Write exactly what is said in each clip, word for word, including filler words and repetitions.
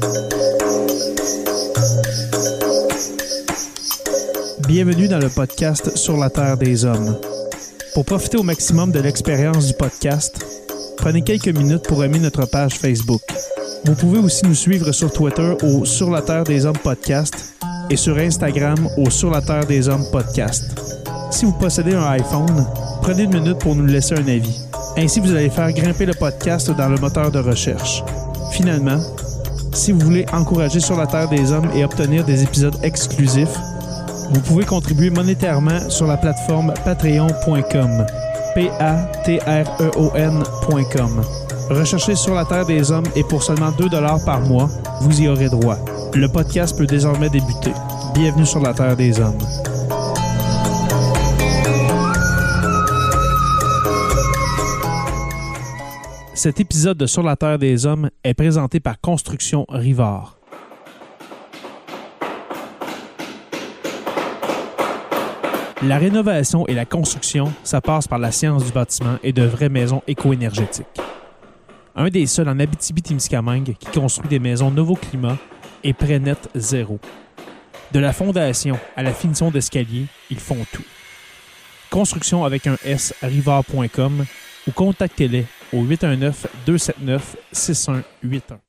Bienvenue dans le podcast Sur la Terre des Hommes. Pour profiter au maximum de l'expérience du podcast, prenez quelques minutes pour aimer notre page Facebook. Vous pouvez aussi nous suivre sur Twitter au Sur la Terre des Hommes podcast et sur Instagram au Sur la Terre des Hommes podcast. Si vous possédez un iPhone, prenez une minute pour nous laisser un avis. Ainsi, vous allez faire grimper le podcast dans le moteur de recherche. Finalement, si vous voulez encourager Sur la Terre des Hommes et obtenir des épisodes exclusifs, vous pouvez contribuer monétairement sur la plateforme patreon point com. P A T R E O N point com. Recherchez Sur la Terre des Hommes et pour seulement deux dollars par mois, vous y aurez droit. Le podcast peut désormais débuter. Bienvenue sur la Terre des Hommes. Cet épisode de Sur la Terre des Hommes est présenté par Construction Rivard. La rénovation et la construction, ça passe par la science du bâtiment et de vraies maisons éco-énergétiques. Un des seuls en Abitibi-Témiscamingue qui construit des maisons Novoclimat et Prénet Zéro. De la fondation à la finition d'escalier, ils font tout. Construction avec un S, rivard point com ou contactez-les au huit un neuf, deux sept neuf, six un huit un.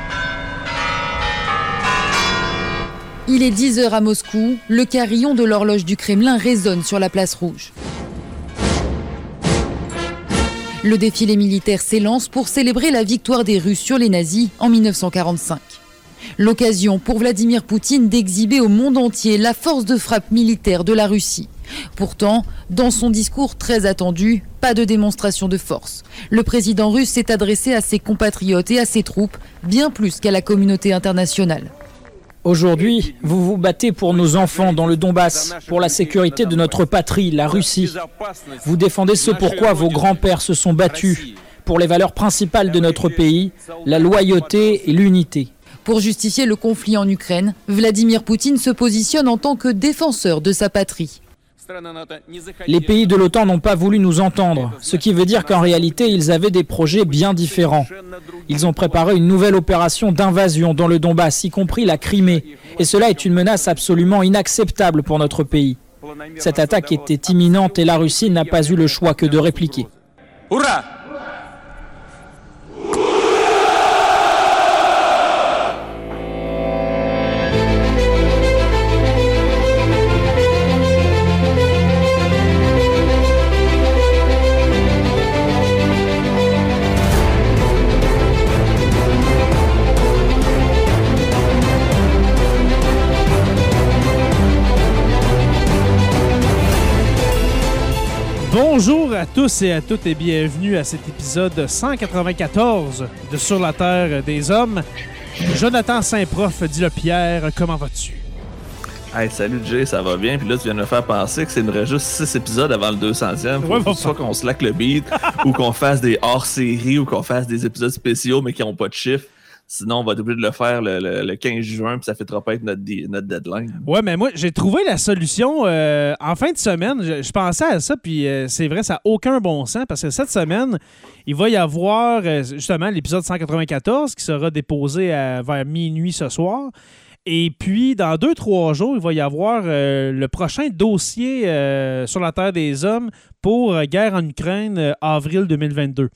Il est dix heures à Moscou, le carillon de l'horloge du Kremlin résonne sur la place rouge. Le défilé militaire s'élance pour célébrer la victoire des Russes sur les nazis en dix-neuf cent quarante-cinq. L'occasion pour Vladimir Poutine d'exhiber au monde entier la force de frappe militaire de la Russie. Pourtant, dans son discours très attendu, pas de démonstration de force. Le président russe s'est adressé à ses compatriotes et à ses troupes, bien plus qu'à la communauté internationale. Aujourd'hui, vous vous battez pour nos enfants dans le Donbass, pour la sécurité de notre patrie, la Russie. Vous défendez ce pourquoi vos grands-pères se sont battus, pour les valeurs principales de notre pays, la loyauté et l'unité. Pour justifier le conflit en Ukraine, Vladimir Poutine se positionne en tant que défenseur de sa patrie. Les pays de l'OTAN n'ont pas voulu nous entendre, ce qui veut dire qu'en réalité, ils avaient des projets bien différents. Ils ont préparé une nouvelle opération d'invasion dans le Donbass, y compris la Crimée. Et cela est une menace absolument inacceptable pour notre pays. Cette attaque était imminente et la Russie n'a pas eu le choix que de répliquer. Hurrah! Bonjour à tous et à toutes et bienvenue à cet épisode cent quatre-vingt-quatorze de Sur la Terre des Hommes. Jonathan Saint-Prof dit le Pierre, comment vas-tu? Hey, salut Jay, ça va bien? Puis là, tu viens de me faire penser que c'est nous reste juste six épisodes avant le deux centième. Faut, ouais, faut soit qu'on slack le beat, ou qu'on fasse des hors-séries, ou qu'on fasse des épisodes spéciaux, mais qui n'ont pas de chiffre. Sinon, on va être obligé de le faire le, le, le quinze juin, puis ça ne fêtera pas être notre, notre deadline. Ouais, mais moi, j'ai trouvé la solution euh, en fin de semaine. Je, je pensais à ça, puis euh, c'est vrai, ça n'a aucun bon sens, parce que cette semaine, il va y avoir euh, justement l'épisode cent quatre-vingt-quatorze qui sera déposé à, vers minuit ce soir. Et puis, dans deux, trois jours, il va y avoir euh, le prochain dossier euh, sur la Terre des Hommes pour euh, guerre en Ukraine, euh, avril deux mille vingt-deux.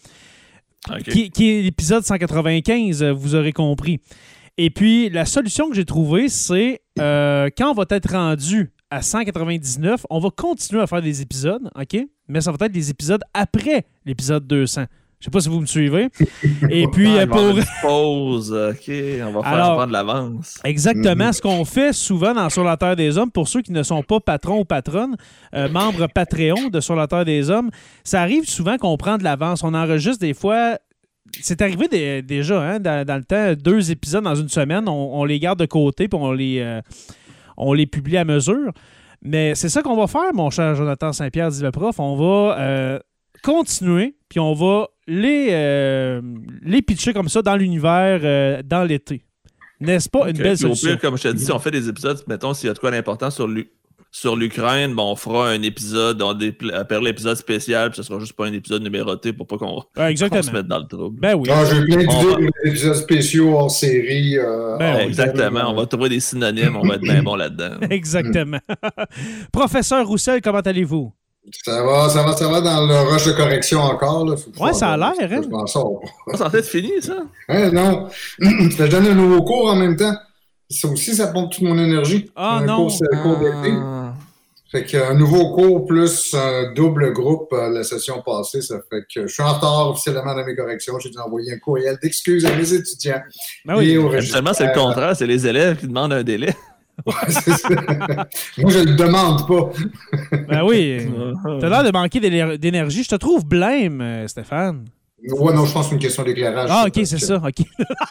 Okay. Qui, qui est l'épisode cent quatre-vingt-quinze, vous aurez compris. Et puis, la solution que j'ai trouvée, c'est euh, quand on va être rendu à cent quatre-vingt-dix-neuf, on va continuer à faire des épisodes, OK? Mais ça va être des épisodes après l'épisode deux cents. Je sais pas si vous me suivez. Et puis, ouais, pour... une pause, OK, on va faire Alors, prendre l'avance. Exactement. Mm-hmm. Ce qu'on fait souvent dans Sur la Terre des Hommes, pour ceux qui ne sont pas patrons ou patronnes, euh, membres Patreon de Sur la Terre des Hommes, ça arrive souvent qu'on prend de l'avance. On enregistre des fois... C'est arrivé des, déjà, hein, dans, dans le temps, deux épisodes dans une semaine, on, on les garde de côté puis on les, euh, on les publie à mesure. Mais c'est ça qu'on va faire, mon cher Jonathan Saint-Pierre, dit le prof. On va euh, continuer, puis on va les, euh, les pitcher comme ça dans l'univers euh, dans l'été. N'est-ce pas une okay. belle puis solution? Au pire, comme je te dis, si on fait des épisodes, mettons, s'il y a de quoi d'important sur l'U... sur l'Ukraine, ben, on fera un épisode, on appelle l'épisode spécial, puis ce sera juste pas un épisode numéroté pour pas qu'on, ah, qu'on se mette dans le trouble. Ben oui. Ah, j'ai plein d'idées d'épisodes spéciaux hors série. Euh, ben, hors exactement, on va trouver des synonymes, on va être bien bon là-dedans. Exactement. Professeur Roussel, comment allez-vous? Ça va, ça va, ça va dans le rush de correction encore. Là. Ouais, ça a l'air, hein? Je m'en sors. Ça va être fini, ça? Hein, non. Je donne un nouveau cours en même temps. Ça aussi, ça pompe toute mon énergie. Ah un non! Cours, c'est le cours d'été. Ah. Fait qu'un nouveau cours plus un double groupe euh, la session passée, ça fait que je suis en retard officiellement dans mes corrections. J'ai dû envoyer un courriel d'excuses à mes étudiants. Ben oui. Habituellement, c'est le contraire. C'est les élèves qui demandent un délai. Ouais, c'est ça. Moi, je le demande pas. Ben oui. T'as l'air de manquer d'énergie. Je te trouve blême, Stéphane. Ouais, non, je pense que c'est une question d'éclairage. Ah, OK, c'est ça. OK.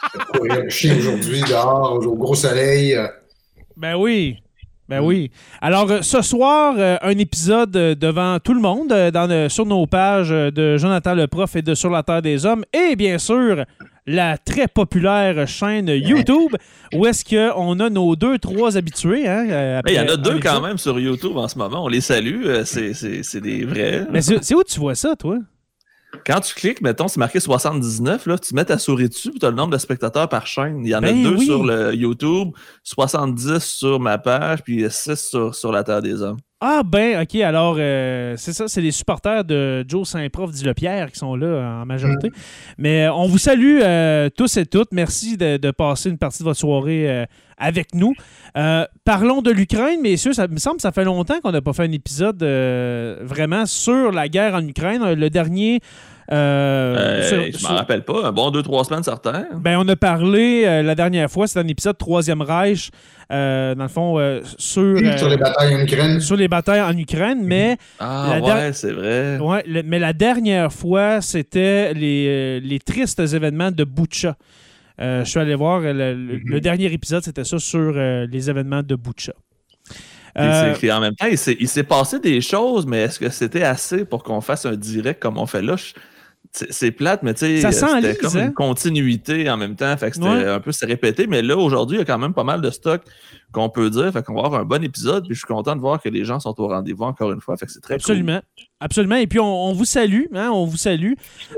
Le chien aujourd'hui, dehors, au gros soleil. Ben oui. Ben oui. Alors, ce soir, un épisode devant tout le monde dans le, sur nos pages de Jonathan le Prof et de Sur la Terre des Hommes. Et bien sûr, la très populaire chaîne YouTube où est-ce qu'on a nos deux, trois habitués. Hein, il y en a deux quand même sur YouTube en ce moment. On les salue. C'est, c'est, c'est des vrais. Mais c'est, c'est où tu vois ça, toi? Quand tu cliques, mettons, c'est marqué soixante-dix-neuf, là, tu mets ta souris dessus, puis tu as le nombre de spectateurs par chaîne. Il y en ben a deux oui. sur le YouTube, soixante-dix sur ma page, puis six sur, sur la Terre des Hommes. Ah ben, OK, alors, euh, c'est ça, c'est les supporters de Joe Saint-Prof dit-le-Pierre qui sont là en majorité. Mmh. Mais on vous salue euh, tous et toutes. Merci de, de passer une partie de votre soirée euh, avec nous. Euh, parlons de l'Ukraine, messieurs. Ça me semble que ça fait longtemps qu'on n'a pas fait un épisode euh, vraiment sur la guerre en Ukraine. Le dernier... Euh, euh, sur, je m'en sur... rappelle pas. Un bon deux, trois semaines, certains. Ben, on a parlé euh, la dernière fois, c'était un épisode Troisième Reich, euh, dans le fond, euh, sur... Euh, sur les batailles en Ukraine. Sur les batailles en Ukraine, mais... Ah, la ouais, der... c'est vrai. Ouais, le, mais la dernière fois, c'était les, les tristes événements de Boutcha. Euh, je suis allé voir, le, le, mm-hmm. le dernier épisode, c'était ça, sur euh, les événements de Boutcha. Euh, c'est, en même temps, il s'est, il s'est passé des choses, mais est-ce que c'était assez pour qu'on fasse un direct comme on fait là? Je... C'est, c'est plate, mais tu sais, c'était comme hein? une continuité en même temps. Fait que c'était ouais. un peu se répéter. Mais là, aujourd'hui, il y a quand même pas mal de stock qu'on peut dire. Fait qu'on va avoir un bon épisode. Puis je suis content de voir que les gens sont au rendez-vous encore une fois. Fait que c'est très Absolument. Cool. Absolument. Et puis, on, on vous salue. Hein? On vous salue.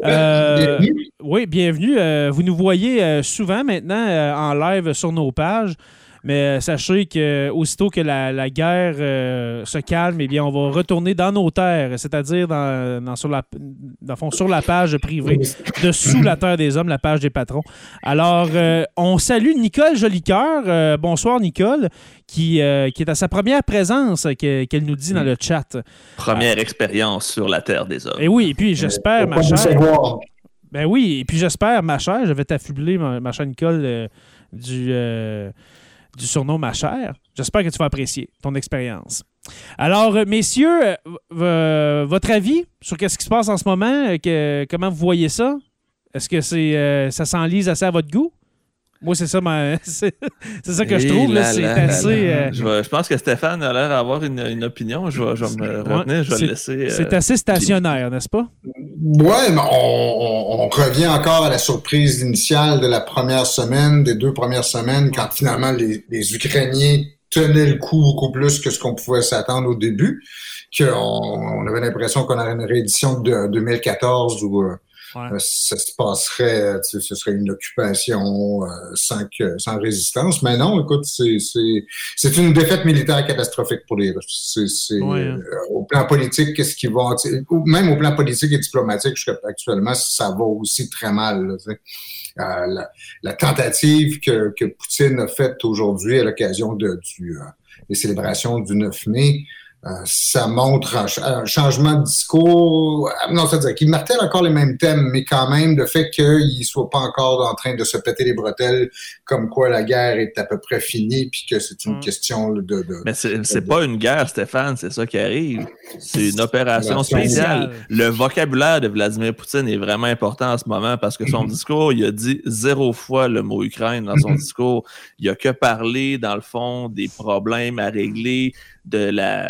Euh, bienvenue. Oui, bienvenue. Euh, vous nous voyez euh, souvent maintenant euh, en live sur nos pages. Mais sachez qu'aussitôt que la, la guerre euh, se calme, eh bien, on va retourner dans nos terres, c'est-à-dire dans, dans, sur, la, dans fond, sur la page privée de Sous la Terre des Hommes, la page des patrons. Alors, euh, on salue Nicole Jolicoeur. Euh, bonsoir, Nicole, qui, euh, qui est à sa première présence, que, qu'elle nous dit dans le chat. Première ah. expérience sur la Terre des Hommes. Et oui, et puis j'espère, euh, ma chère... Ben oui, et puis j'espère, ma chère, je vais t'affubler, ma, ma chère Nicole, euh, du... Euh, du surnom Ma Chère. J'espère que tu vas apprécier ton expérience. Alors, messieurs, euh, euh, votre avis sur ce qui se passe en ce moment, que, comment vous voyez ça? Est-ce que c'est, euh, ça s'enlise assez à votre goût? Moi, c'est ça, ma, c'est, c'est ça que je trouve. Là, là, c'est là, assez. Là, là. Euh... Je, vais, je pense que Stéphane a l'air d'avoir une, une opinion. Je vais, je vais me retenir, ouais, je vais le laisser. C'est euh, assez stationnaire, n'est-ce pas? Oui, mais on, on revient encore à la surprise initiale de la première semaine, des deux premières semaines, quand finalement les, les Ukrainiens tenaient le coup beaucoup plus que ce qu'on pouvait s'attendre au début, qu'on on avait l'impression qu'on aurait une réédition de deux mille quatorze où euh, ouais. euh, ça se passerait, ce serait une occupation euh, sans, que, sans résistance. Mais non, écoute, c'est, c'est, c'est une défaite militaire catastrophique pour les Russes. C'est, c'est, ouais. euh, au plan politique, qu'est-ce qui va... Même au plan politique et diplomatique, actuellement, ça va aussi très mal. Là, euh, la, la tentative que, que Poutine a faite aujourd'hui à l'occasion de, du, euh, des célébrations du neuf mai, Euh, ça montre un, un changement de discours. Non, c'est-à-dire qu'il martèle encore les mêmes thèmes, mais quand même, le fait qu'il ne soit pas encore en train de se péter les bretelles, comme quoi la guerre est à peu près finie, puis que c'est une mmh. question de... de mais c'est, c'est de, pas une guerre, Stéphane, c'est ça qui arrive. C'est une opération spéciale. Le vocabulaire de Vladimir Poutine est vraiment important en ce moment, parce que son mmh. discours, il a dit zéro fois le mot Ukraine dans son mmh. discours. Il a que parlé, dans le fond, des problèmes à régler, de la...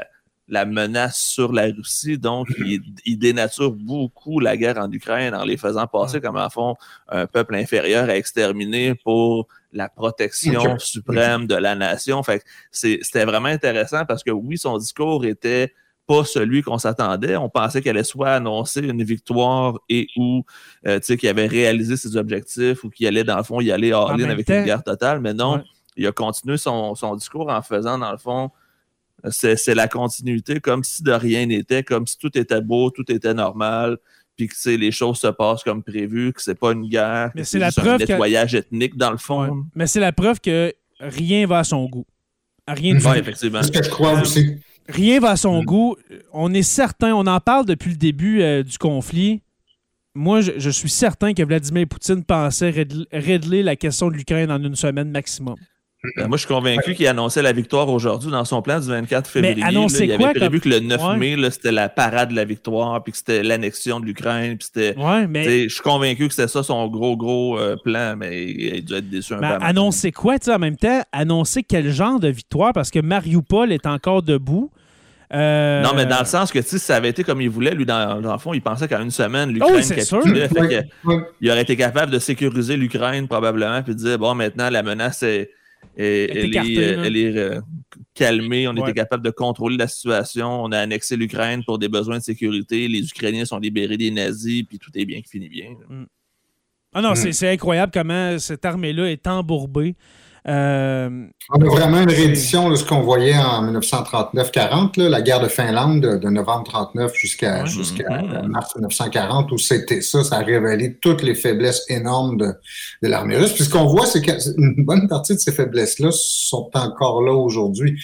la menace sur la Russie. Donc, il, il dénature beaucoup la guerre en Ukraine en les faisant passer comme, en fond, un peuple inférieur à exterminer pour la protection suprême de la nation. Fait que c'est, c'était vraiment intéressant parce que, oui, son discours était pas celui qu'on s'attendait. On pensait qu'elle allait soit annoncer une victoire et ou euh, tu sais, qu'il avait réalisé ses objectifs ou qu'il allait, dans le fond, y aller all-in avec temps, une guerre totale. Mais non, ouais. il a continué son, son discours en faisant, dans le fond, c'est, c'est la continuité, comme si de rien n'était, comme si tout était beau, tout était normal, puis que les choses se passent comme prévu, que c'est pas une guerre, mais que c'est, c'est la juste preuve un nettoyage que... ethnique, dans le fond. Ouais. Mais c'est la preuve que rien va à son goût. Rien du ouais, tout. effectivement. C'est ce que je crois aussi. Rien va à son mmh. goût. On est certain, on en parle depuis le début euh, du conflit. Moi, je, je suis certain que Vladimir Poutine pensait régler la question de l'Ukraine en une semaine maximum. Ben, moi, je suis convaincu qu'il annonçait la victoire aujourd'hui dans son plan du vingt-quatre février. Mais annoncer là, il quoi, avait prévu comme... que le neuf ouais. mai, là, c'était la parade de la victoire, puis que c'était l'annexion de l'Ukraine, puis c'était... Ouais, mais... Je suis convaincu que c'était ça son gros, gros euh, plan, mais il a dû être déçu un mais peu. Annoncer quoi, tu sais, en même temps? Annoncer quel genre de victoire? Parce que Mariupol est encore debout. Euh... Non, mais dans le sens que si ça avait été comme il voulait, lui, dans, dans le fond, il pensait qu'en une semaine, l'Ukraine oh, capitulait. Fait que, il aurait été capable de sécuriser l'Ukraine, probablement, puis de dire, bon, maintenant, la menace est... Et elle, écartée, est, elle est euh, calmée, on ouais. était capable de contrôler la situation, on a annexé l'Ukraine pour des besoins de sécurité, les Ukrainiens sont libérés des nazis, puis tout est bien qui finit bien. Mm. Ah non, mm. c'est, c'est incroyable comment cette armée-là est embourbée. Euh, on a vraiment une réédition de ce qu'on voyait en dix-neuf cent trente-neuf quarante, là, la guerre de Finlande de, de novembre trente-neuf jusqu'à, ouais. jusqu'à mm-hmm. mars dix-neuf cent quarante, où c'était ça, ça a révélé toutes les faiblesses énormes de, de l'armée russe. Puis ce qu'on voit, c'est qu'une bonne partie de ces faiblesses-là sont encore là aujourd'hui.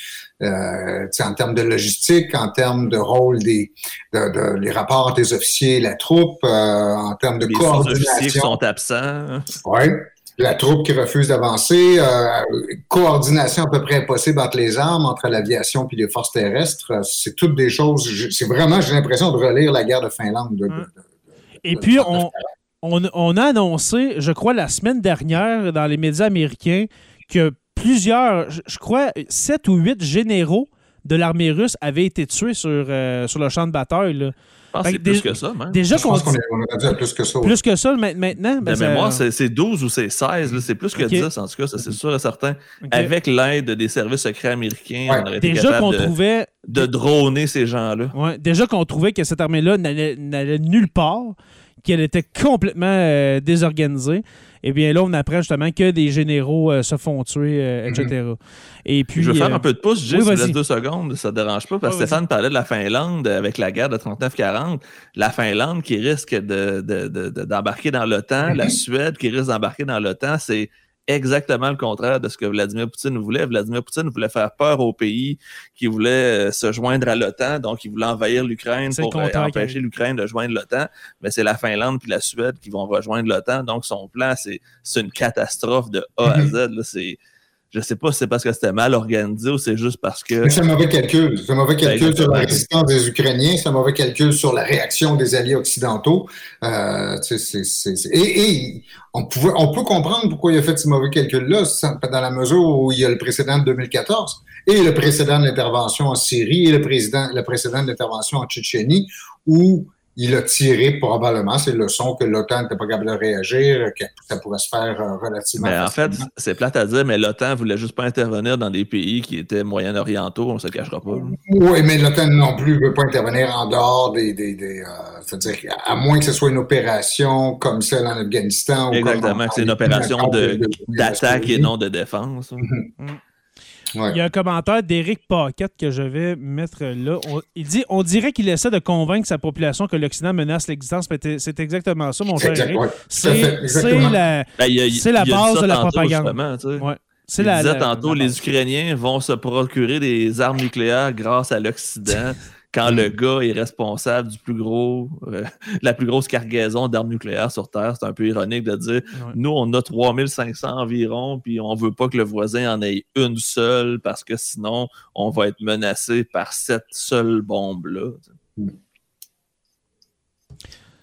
Euh, en termes de logistique, en termes de rôle des de, de, les rapports des officiers et la troupe, euh, en termes de les coordination. Les officiers qui sont absents. Oui. La troupe qui refuse d'avancer, euh, coordination à peu près impossible entre les armes, entre l'aviation et les forces terrestres. C'est toutes des choses... C'est vraiment, j'ai l'impression de relire la guerre de Finlande. De, de, de, et de, puis, de on, on, on a annoncé, je crois, la semaine dernière, dans les médias américains, que plusieurs, je crois, sept ou huit généraux de l'armée russe avaient été tués sur, euh, sur le champ de bataille, là. Je pense que c'est plus que ça, même. Déjà je pense qu'on, est, on a dit à plus que ça. Plus que ça, maintenant. Ben, mais moi, c'est, c'est douze ou c'est seize. Là, c'est plus que okay. dix, en tout cas, ça, c'est sûr et certain. Okay. Avec l'aide des services secrets américains, ouais. on aurait été déjà capable qu'on de, trouvait... de droner ces gens-là. Ouais. Déjà qu'on trouvait que cette armée-là n'allait, n'allait nulle part, qu'elle était complètement euh, désorganisée. Et bien là, on apprend justement que des généraux euh, se font tuer, euh, et cetera. Mm-hmm. Et puis, je vais faire euh... un peu de pouce, Gilles, oui, si tu laisses deux secondes, ça ne te dérange pas, parce que oui, Stéphane parlait de la Finlande avec la guerre de trente-neuf quarante. La Finlande qui risque de, de, de, de, d'embarquer dans l'OTAN, mm-hmm. la Suède qui risque d'embarquer dans l'OTAN, c'est exactement le contraire de ce que Vladimir Poutine voulait. Vladimir Poutine voulait faire peur aux pays qui voulaient euh, se joindre à l'OTAN, donc il voulait envahir l'Ukraine c'est pour euh, empêcher l'Ukraine de joindre l'OTAN, mais c'est la Finlande puis la Suède qui vont rejoindre l'OTAN, donc son plan, c'est, c'est une catastrophe de A à Z. Là, c'est, je sais pas si c'est parce que c'était mal organisé ou c'est juste parce que... Mais c'est un mauvais calcul. C'est un mauvais calcul sur la résistance des Ukrainiens, c'est un mauvais calcul sur la réaction des alliés occidentaux. Euh, c'est, c'est, c'est, c'est... Et, et on, pouvait, on peut comprendre pourquoi il a fait ce mauvais calcul-là, dans la mesure où il y a le précédent de deux mille quatorze et le précédent de l'intervention en Syrie et le, président, le précédent de l'intervention en Tchétchénie, où il a tiré probablement ces leçons que l'OTAN n'était pas capable de réagir, que ça pourrait se faire euh, relativement mais facilement. En fait, c'est plate à dire, mais l'OTAN voulait juste pas intervenir dans des pays qui étaient moyen-orientaux, on ne se cachera pas. Oui, mais l'OTAN non plus ne veut pas intervenir en dehors des... des, des euh, c'est-à-dire, à moins que ce soit une opération comme celle en Afghanistan. Exactement, ou comme que c'est une opération de, de, d'attaque et non de défense. Mm-hmm. Mm. Ouais. Il y a un commentaire d'Éric Paquette que je vais mettre là. On, il dit « On dirait qu'il essaie de convaincre sa population que l'Occident menace l'existence. » C'est exactement ça, mon cher Éric. Ouais. C'est, c'est la, ben, y a, y, c'est la base de la propagande. Ouais. C'est il la, disait la, tantôt, la les Ukrainiens vont se procurer des armes nucléaires grâce à l'Occident. Quand le gars est responsable du plus gros, euh, la plus grosse cargaison d'armes nucléaires sur Terre, c'est un peu ironique de dire ouais. Nous, on a trois mille cinq cents environ, puis on veut pas que le voisin en ait une seule parce que sinon, on va être menacé par cette seule bombe-là.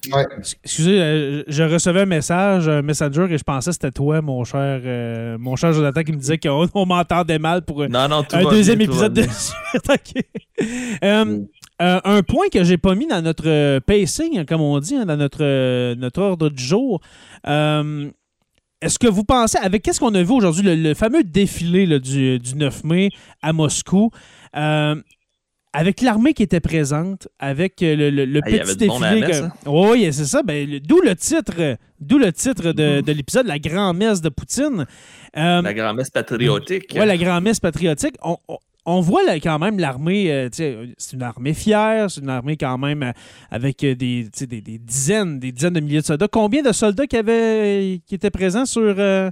Ouais. Excusez, je recevais un message, un messenger, et je pensais que c'était toi, mon cher, euh, mon cher Jonathan, qui me disait qu'on on m'entendait mal pour non, non, un deuxième bien, épisode de suite. Okay. euh, mm. euh, un point que j'ai pas mis dans notre pacing, hein, comme on dit, hein, dans notre, euh, notre ordre du jour. Euh, est-ce que vous pensez, avec qu'est-ce qu'on a vu aujourd'hui, le, le fameux défilé là, du, du neuf mai à Moscou, euh, avec l'armée qui était présente, avec le, le, le ah, petit défilé. Bon que... Oui, c'est ça. Ben, le, d'où le titre, d'où le titre de, de l'épisode, la grand-messe de Poutine. Euh, la grand-messe patriotique. Oui, la grand-messe patriotique. On, on, on voit là, quand même l'armée, euh, c'est une armée fière, c'est une armée quand même euh, avec des, des, des dizaines, des dizaines de milliers de soldats. Combien de soldats qui, avaient, qui étaient présents sur... Euh,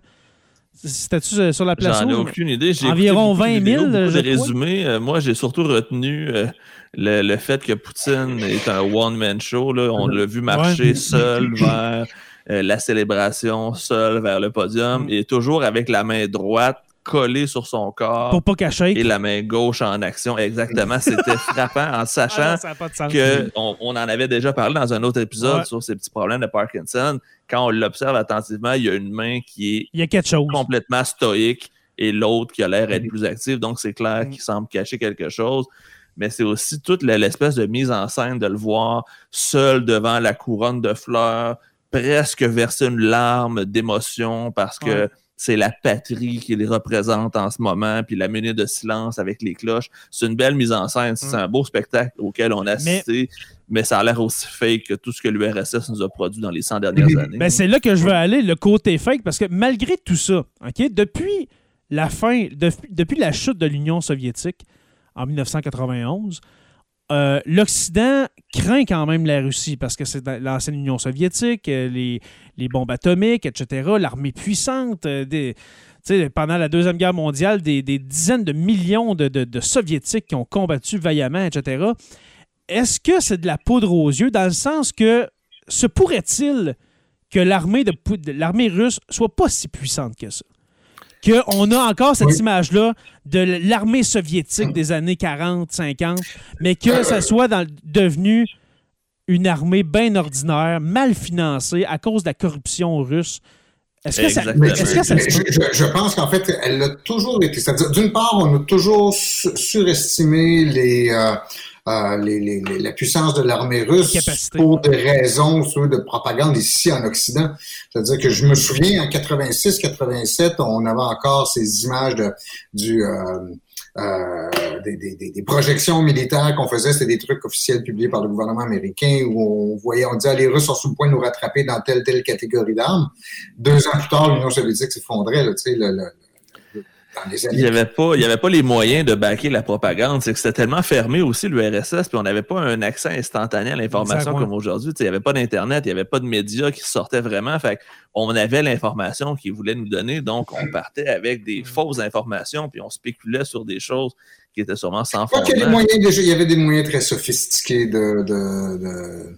C'était-tu sur la place? J'en ai aucune idée. J'ai environ vingt mille. J'ai résumé. Euh, moi, j'ai surtout retenu euh, le, le fait que Poutine est un one-man show. Là. On l'a vu marcher ouais. seul vers euh, la célébration, seul vers le podium, et toujours avec la main droite collée sur son corps. Pour pas cacher. Et la main gauche en action. Exactement. C'était frappant en sachant ah, qu'on on en avait déjà parlé dans un autre épisode ouais. sur ces petits problèmes de Parkinson. Quand on l'observe attentivement, il y a une main qui est il y a quelque chose. complètement stoïque et l'autre qui a l'air d'être plus active. Donc, c'est clair qu'il semble cacher quelque chose. Mais c'est aussi toute l'espèce de mise en scène de le voir seul devant la couronne de fleurs, presque verser une larme d'émotion parce que ouais. c'est la patrie qu'il représente en ce moment, puis la minute de silence avec les cloches. C'est une belle mise en scène. C'est un beau spectacle auquel on a assisté. Mais... mais ça a l'air aussi fake que tout ce que l'U R S S nous a produit dans les cent dernières années. Ben, c'est là que je veux aller, le côté fake, parce que malgré tout ça, okay, depuis la fin, de, depuis la chute de l'Union soviétique en dix-neuf cent quatre-vingt-onze, euh, l'Occident craint quand même la Russie, parce que c'est l'ancienne Union soviétique, les, les bombes atomiques, et cetera, l'armée puissante, euh, des... T'sais, pendant la Deuxième Guerre mondiale, des, des dizaines de millions de, de, de Soviétiques qui ont combattu vaillamment, et cetera. Est-ce que c'est de la poudre aux yeux, dans le sens que se pourrait-il que l'armée, de, de, l'armée russe soit pas si puissante que ça? Qu'on a encore cette oui. image-là de l'armée soviétique des années quarante, cinquante, mais que ça soit dans, devenu une armée bien ordinaire, mal financée à cause de la corruption russe. Est-ce que, ça, est-ce que ça se je, je, je pense qu'en fait, elle a toujours été. C'est-à-dire, d'une part, on a toujours su- surestimé les, euh, euh, les, les, les, la puissance de l'armée russe Capacité. Pour des raisons de propagande ici en Occident. C'est-à-dire que je me souviens, en quatre-vingt-six quatre-vingt-sept, on avait encore ces images de, du... Euh, Euh, des, des, des projections militaires qu'on faisait, c'était des trucs officiels publiés par le gouvernement américain où on voyait, on disait, ah, les Russes sont sur le point de nous rattraper dans telle, telle catégorie d'armes. Deux ans plus tard, l'Union soviétique s'effondrait, là, tu sais, le, le, le, dans les années. Il n'y avait pas, il y avait pas les moyens de backer la propagande. C'est que c'était tellement fermé aussi, l'U R S S, puis on n'avait pas un accès instantané à l'information exactement. Comme aujourd'hui. Tu sais, il n'y avait pas d'Internet, il n'y avait pas de médias qui sortaient vraiment. Fait on avait l'information qu'ils voulaient nous donner, donc on partait avec des fausses informations, puis on spéculait sur des choses qui étaient sûrement sans fondement. Il y, moyens, déjà, il y avait des moyens très sophistiqués de, de, de,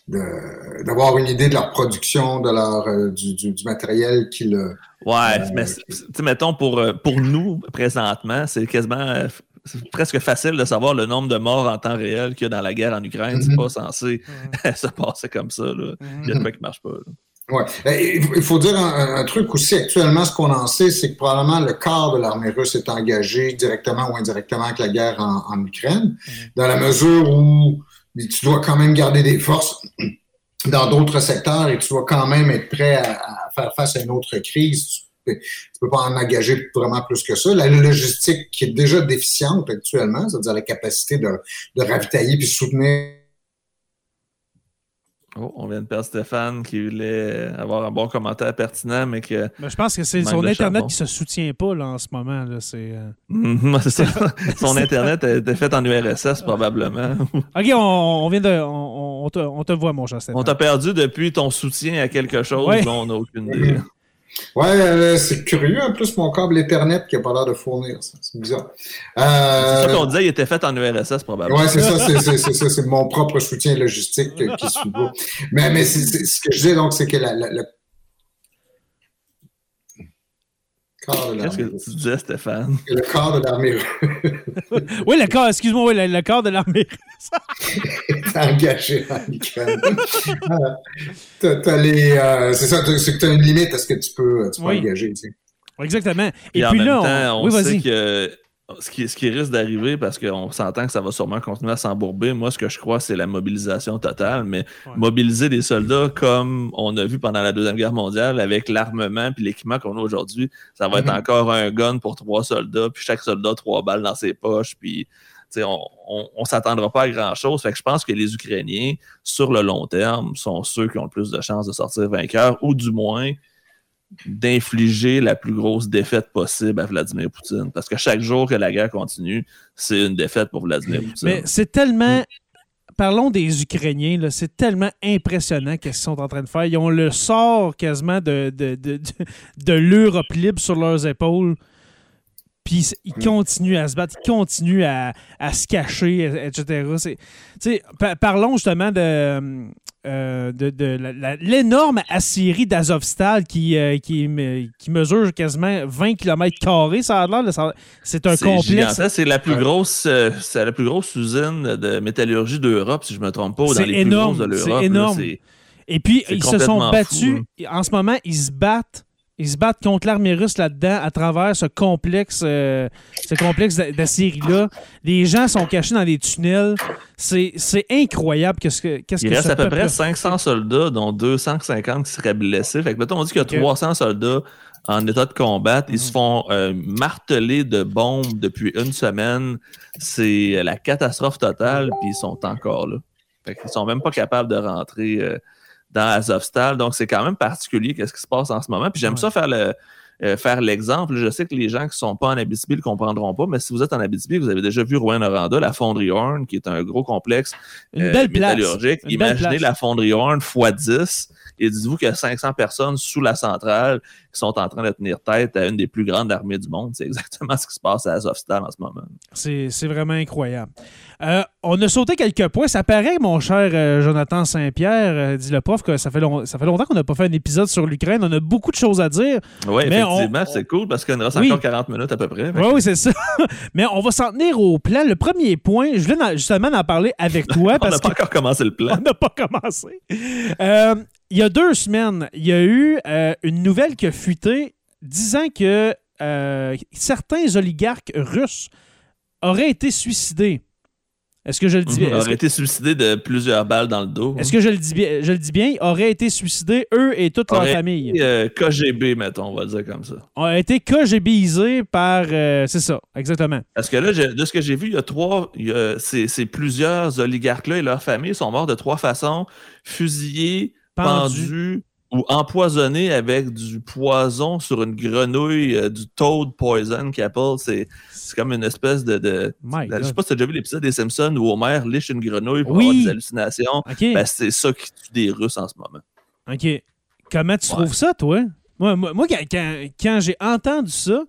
de, d'avoir une idée de leur production, de leur, euh, du, du, du matériel qui le... Ouais, euh, mais tu mettons, pour, pour nous, présentement, c'est quasiment... C'est presque facile de savoir le nombre de morts en temps réel qu'il y a dans la guerre en Ukraine. Mm-hmm. C'est pas censé mm-hmm. se passer comme ça. Là. Mm-hmm. Il y a de quoi qui marche pas. Là. Ouais. Il faut dire un, un truc aussi, actuellement, ce qu'on en sait, c'est que probablement le quart de l'armée russe est engagé directement ou indirectement avec la guerre en, en Ukraine, mm-hmm. dans la mesure où tu dois quand même garder des forces dans d'autres secteurs et tu dois quand même être prêt à, à faire face à une autre crise. Tu peux, tu peux pas en engager vraiment plus que ça. La logistique qui est déjà déficiente actuellement, c'est-à-dire la capacité de, de ravitailler puis soutenir. Oh, on vient de perdre Stéphane qui voulait avoir un bon commentaire pertinent, mais que... Ben, je pense que c'est son Internet charbon. Qui ne se soutient pas là, en ce moment. Là, c'est, euh... mm-hmm, c'est ça. Son Internet était fait en U R S S, probablement. OK, on, on vient de... On, on, te, on te voit, mon cher Stéphane. On t'a perdu depuis ton soutien à quelque chose ouais. dont on n'a aucune idée. Ouais, euh, c'est curieux. En plus, mon câble Ethernet qui n'a pas l'air de fournir. Ça. C'est bizarre. Euh... C'est ça qu'on disait, il était fait en U R S S, probablement. Ouais, c'est ça. C'est, c'est, c'est ça. C'est mon propre soutien logistique qui suit pas. Mais, mais c'est, c'est, ce que je dis, donc, c'est que la, la, la... Corps de l'armée. Qu'est-ce que tu disais, Stéphane? Le corps de l'armée. Oui, le corps, excuse-moi, oui, le, le corps de l'armée. engagé en Ukraine. t'as, t'as les, euh, c'est ça, c'est que tu as une limite à ce que tu peux, tu peux oui. engager. Tu sais. Exactement. Et, Et puis en là, même temps, on, on... on oui, sait vas-y. que ce qui, ce qui risque d'arriver, parce qu'on s'entend que ça va sûrement continuer à s'embourber, moi, ce que je crois, c'est la mobilisation totale, mais ouais. mobiliser des soldats comme on a vu pendant la Deuxième Guerre mondiale, avec l'armement et l'équipement qu'on a aujourd'hui, ça va mm-hmm. être encore un gun pour trois soldats, puis chaque soldat, trois balles dans ses poches, puis on ne s'attendra pas à grand-chose. Fait que je pense que les Ukrainiens, sur le long terme, sont ceux qui ont le plus de chances de sortir vainqueurs, ou du moins d'infliger la plus grosse défaite possible à Vladimir Poutine. Parce que chaque jour que la guerre continue, c'est une défaite pour Vladimir Poutine. Mais c'est tellement... Mm. Parlons des Ukrainiens, là, c'est tellement impressionnant qu'est-ce qu'ils sont en train de faire. Ils ont le sort quasiment de, de, de, de, de l'Europe libre sur leurs épaules. Puis ils continuent à se battre, ils continuent à, à se cacher, et cetera. C'est, pa- parlons justement de... Euh, de, de la, la, l'énorme Assyrie d'Azovstal qui, euh, qui, qui mesure quasiment vingt kilomètres carrés, ça a l'air, ça, c'est un c'est complexe. Gigantesque. C'est la plus grosse euh, c'est la plus grosse usine de métallurgie d'Europe, si je ne me trompe pas, ou dans les énorme, plus grosses de l'Europe. C'est énorme. Là, c'est, Et puis, ils se sont battus. Fou, hein. En ce moment, ils se battent Ils se battent contre l'armée russe là-dedans à travers ce complexe, euh, ce complexe d'Assyrie-là. Les gens sont cachés dans des tunnels. C'est, c'est incroyable. Qu'est-ce que, qu'est-ce Il que reste ce à peu près peuple... cinq cents soldats, dont deux cent cinquante qui seraient blessés. Fait que, mettons, on dit qu'il y a okay. trois cents soldats en état de combat. Ils mm-hmm. se font euh, marteler de bombes depuis une semaine. C'est la catastrophe totale, puis ils sont encore là. Fait qu'ils sont même pas capables de rentrer... Euh, dans Azovstal. Donc, c'est quand même particulier qu'est-ce qui se passe en ce moment. Puis j'aime ouais. ça faire le euh, faire l'exemple. Je sais que les gens qui ne sont pas en Abitibi ne le comprendront pas, mais si vous êtes en Abitibi, vous avez déjà vu Rouyn-Noranda, la fonderie Horn, qui est un gros complexe Une euh, belle métallurgique. Une Imaginez belle la fonderie Horn fois dix et dites-vous qu'il y a cinq cents personnes sous la centrale qui sont en train de tenir tête à une des plus grandes armées du monde. C'est exactement ce qui se passe à Azovstal en ce moment. C'est, c'est vraiment incroyable. Euh, on a sauté quelques points. Ça paraît, mon cher euh, Jonathan Saint-Pierre, euh, dit le prof, que ça fait, long... ça fait longtemps qu'on n'a pas fait un épisode sur l'Ukraine. On a beaucoup de choses à dire. Oui, effectivement, on... c'est cool parce qu'il nous reste oui. encore quarante minutes à peu près. Oui, oui, c'est ça. Mais on va s'en tenir au plan. Le premier point, je voulais justement en parler avec toi. on n'a pas que... encore commencé le plan. On n'a pas commencé. Euh, il y a deux semaines, il y a eu euh, une nouvelle qui a fuité disant que euh, certains oligarques russes auraient été suicidés. Est-ce que je le dis bien? Mmh, aurait été suicidé de plusieurs balles dans le dos. Est-ce que je le dis bien? Je le dis bien, auraient été suicidés, eux et toute aurait leur famille. Été, euh, K G B, mettons, on va dire comme ça. Ont été KGBisés par... Euh, c'est ça, exactement. Parce que là, de ce que j'ai vu, il y a trois... Il y a, c'est, c'est plusieurs oligarques-là et leurs familles sont morts de trois façons. Fusillés, pendus... pendus ou empoisonné avec du poison sur une grenouille, euh, du toad poison qu'ils appellent. C'est, c'est comme une espèce de... de la, je sais pas si tu as déjà vu l'épisode des Simpsons où Homer liche une grenouille pour oui. avoir des hallucinations. Okay. Ben, c'est ça qui tue des Russes en ce moment. OK. Comment tu ouais. trouves ça, toi? Moi, moi, moi quand, quand j'ai entendu ça,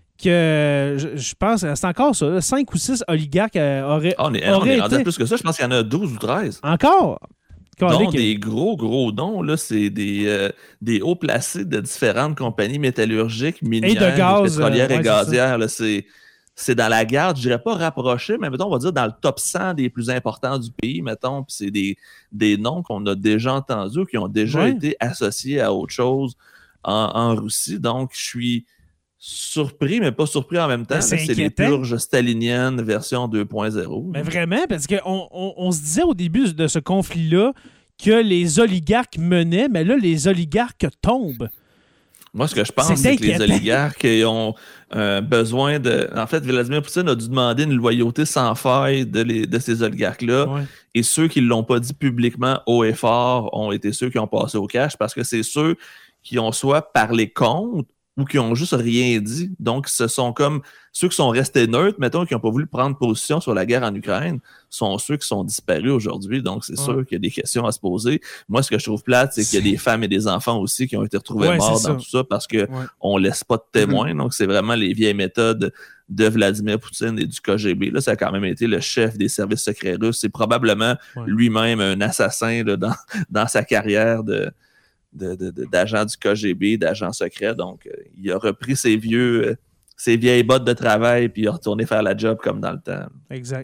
que je, je pense que c'est encore ça, cinq ou six oligarques euh, auraient, oh, on est, auraient on est rendu été... plus que ça. Je pense qu'il y en a douze ou treize. Encore? Non, des gros, gros noms, là, c'est des, euh, des hauts placés de différentes compagnies métallurgiques, minières, et de gaz, pétrolières euh, et ouais, gazières. Là, c'est, c'est dans la garde, je dirais pas rapproché, mais mettons, on va dire dans le top cent des plus importants du pays, mettons, puis c'est des, des noms qu'on a déjà entendus ou qui ont déjà ouais. été associés à autre chose en, en Russie. Donc, je suis surpris, mais pas surpris en même temps. C'est, c'est les purges staliniennes version deux point zéro. Mais vraiment, parce qu'on on, on se disait au début de ce conflit-là que les oligarques menaient, mais là, les oligarques tombent. Moi, ce que je pense, c'est, c'est que les oligarques ont euh, besoin de... En fait, Vladimir Poutine a dû demander une loyauté sans faille de, les, de ces oligarques-là. Ouais. Et ceux qui ne l'ont pas dit publiquement haut et fort ont été ceux qui ont passé au cash parce que c'est ceux qui ont soit parlé contre ou qui ont juste rien dit. Donc, ce sont comme ceux qui sont restés neutres, mettons, qui n'ont pas voulu prendre position sur la guerre en Ukraine, sont ceux qui sont disparus aujourd'hui. Donc, c'est ouais. sûr qu'il y a des questions à se poser. Moi, ce que je trouve plate, c'est, c'est... qu'il y a des femmes et des enfants aussi qui ont été retrouvés ouais, morts dans ça. tout ça parce qu'on ouais. ne laisse pas de témoins. Mm-hmm. Donc, c'est vraiment les vieilles méthodes de Vladimir Poutine et du K G B. Là, ça a quand même été le chef des services secrets russes. C'est probablement ouais. lui-même un assassin là, dans, dans sa carrière de... De, de, de, d'agent du K G B, d'agent secret. Donc, euh, il a repris ses vieux, euh, ses vieilles bottes de travail puis il a retourné faire la job comme dans le temps. Exact.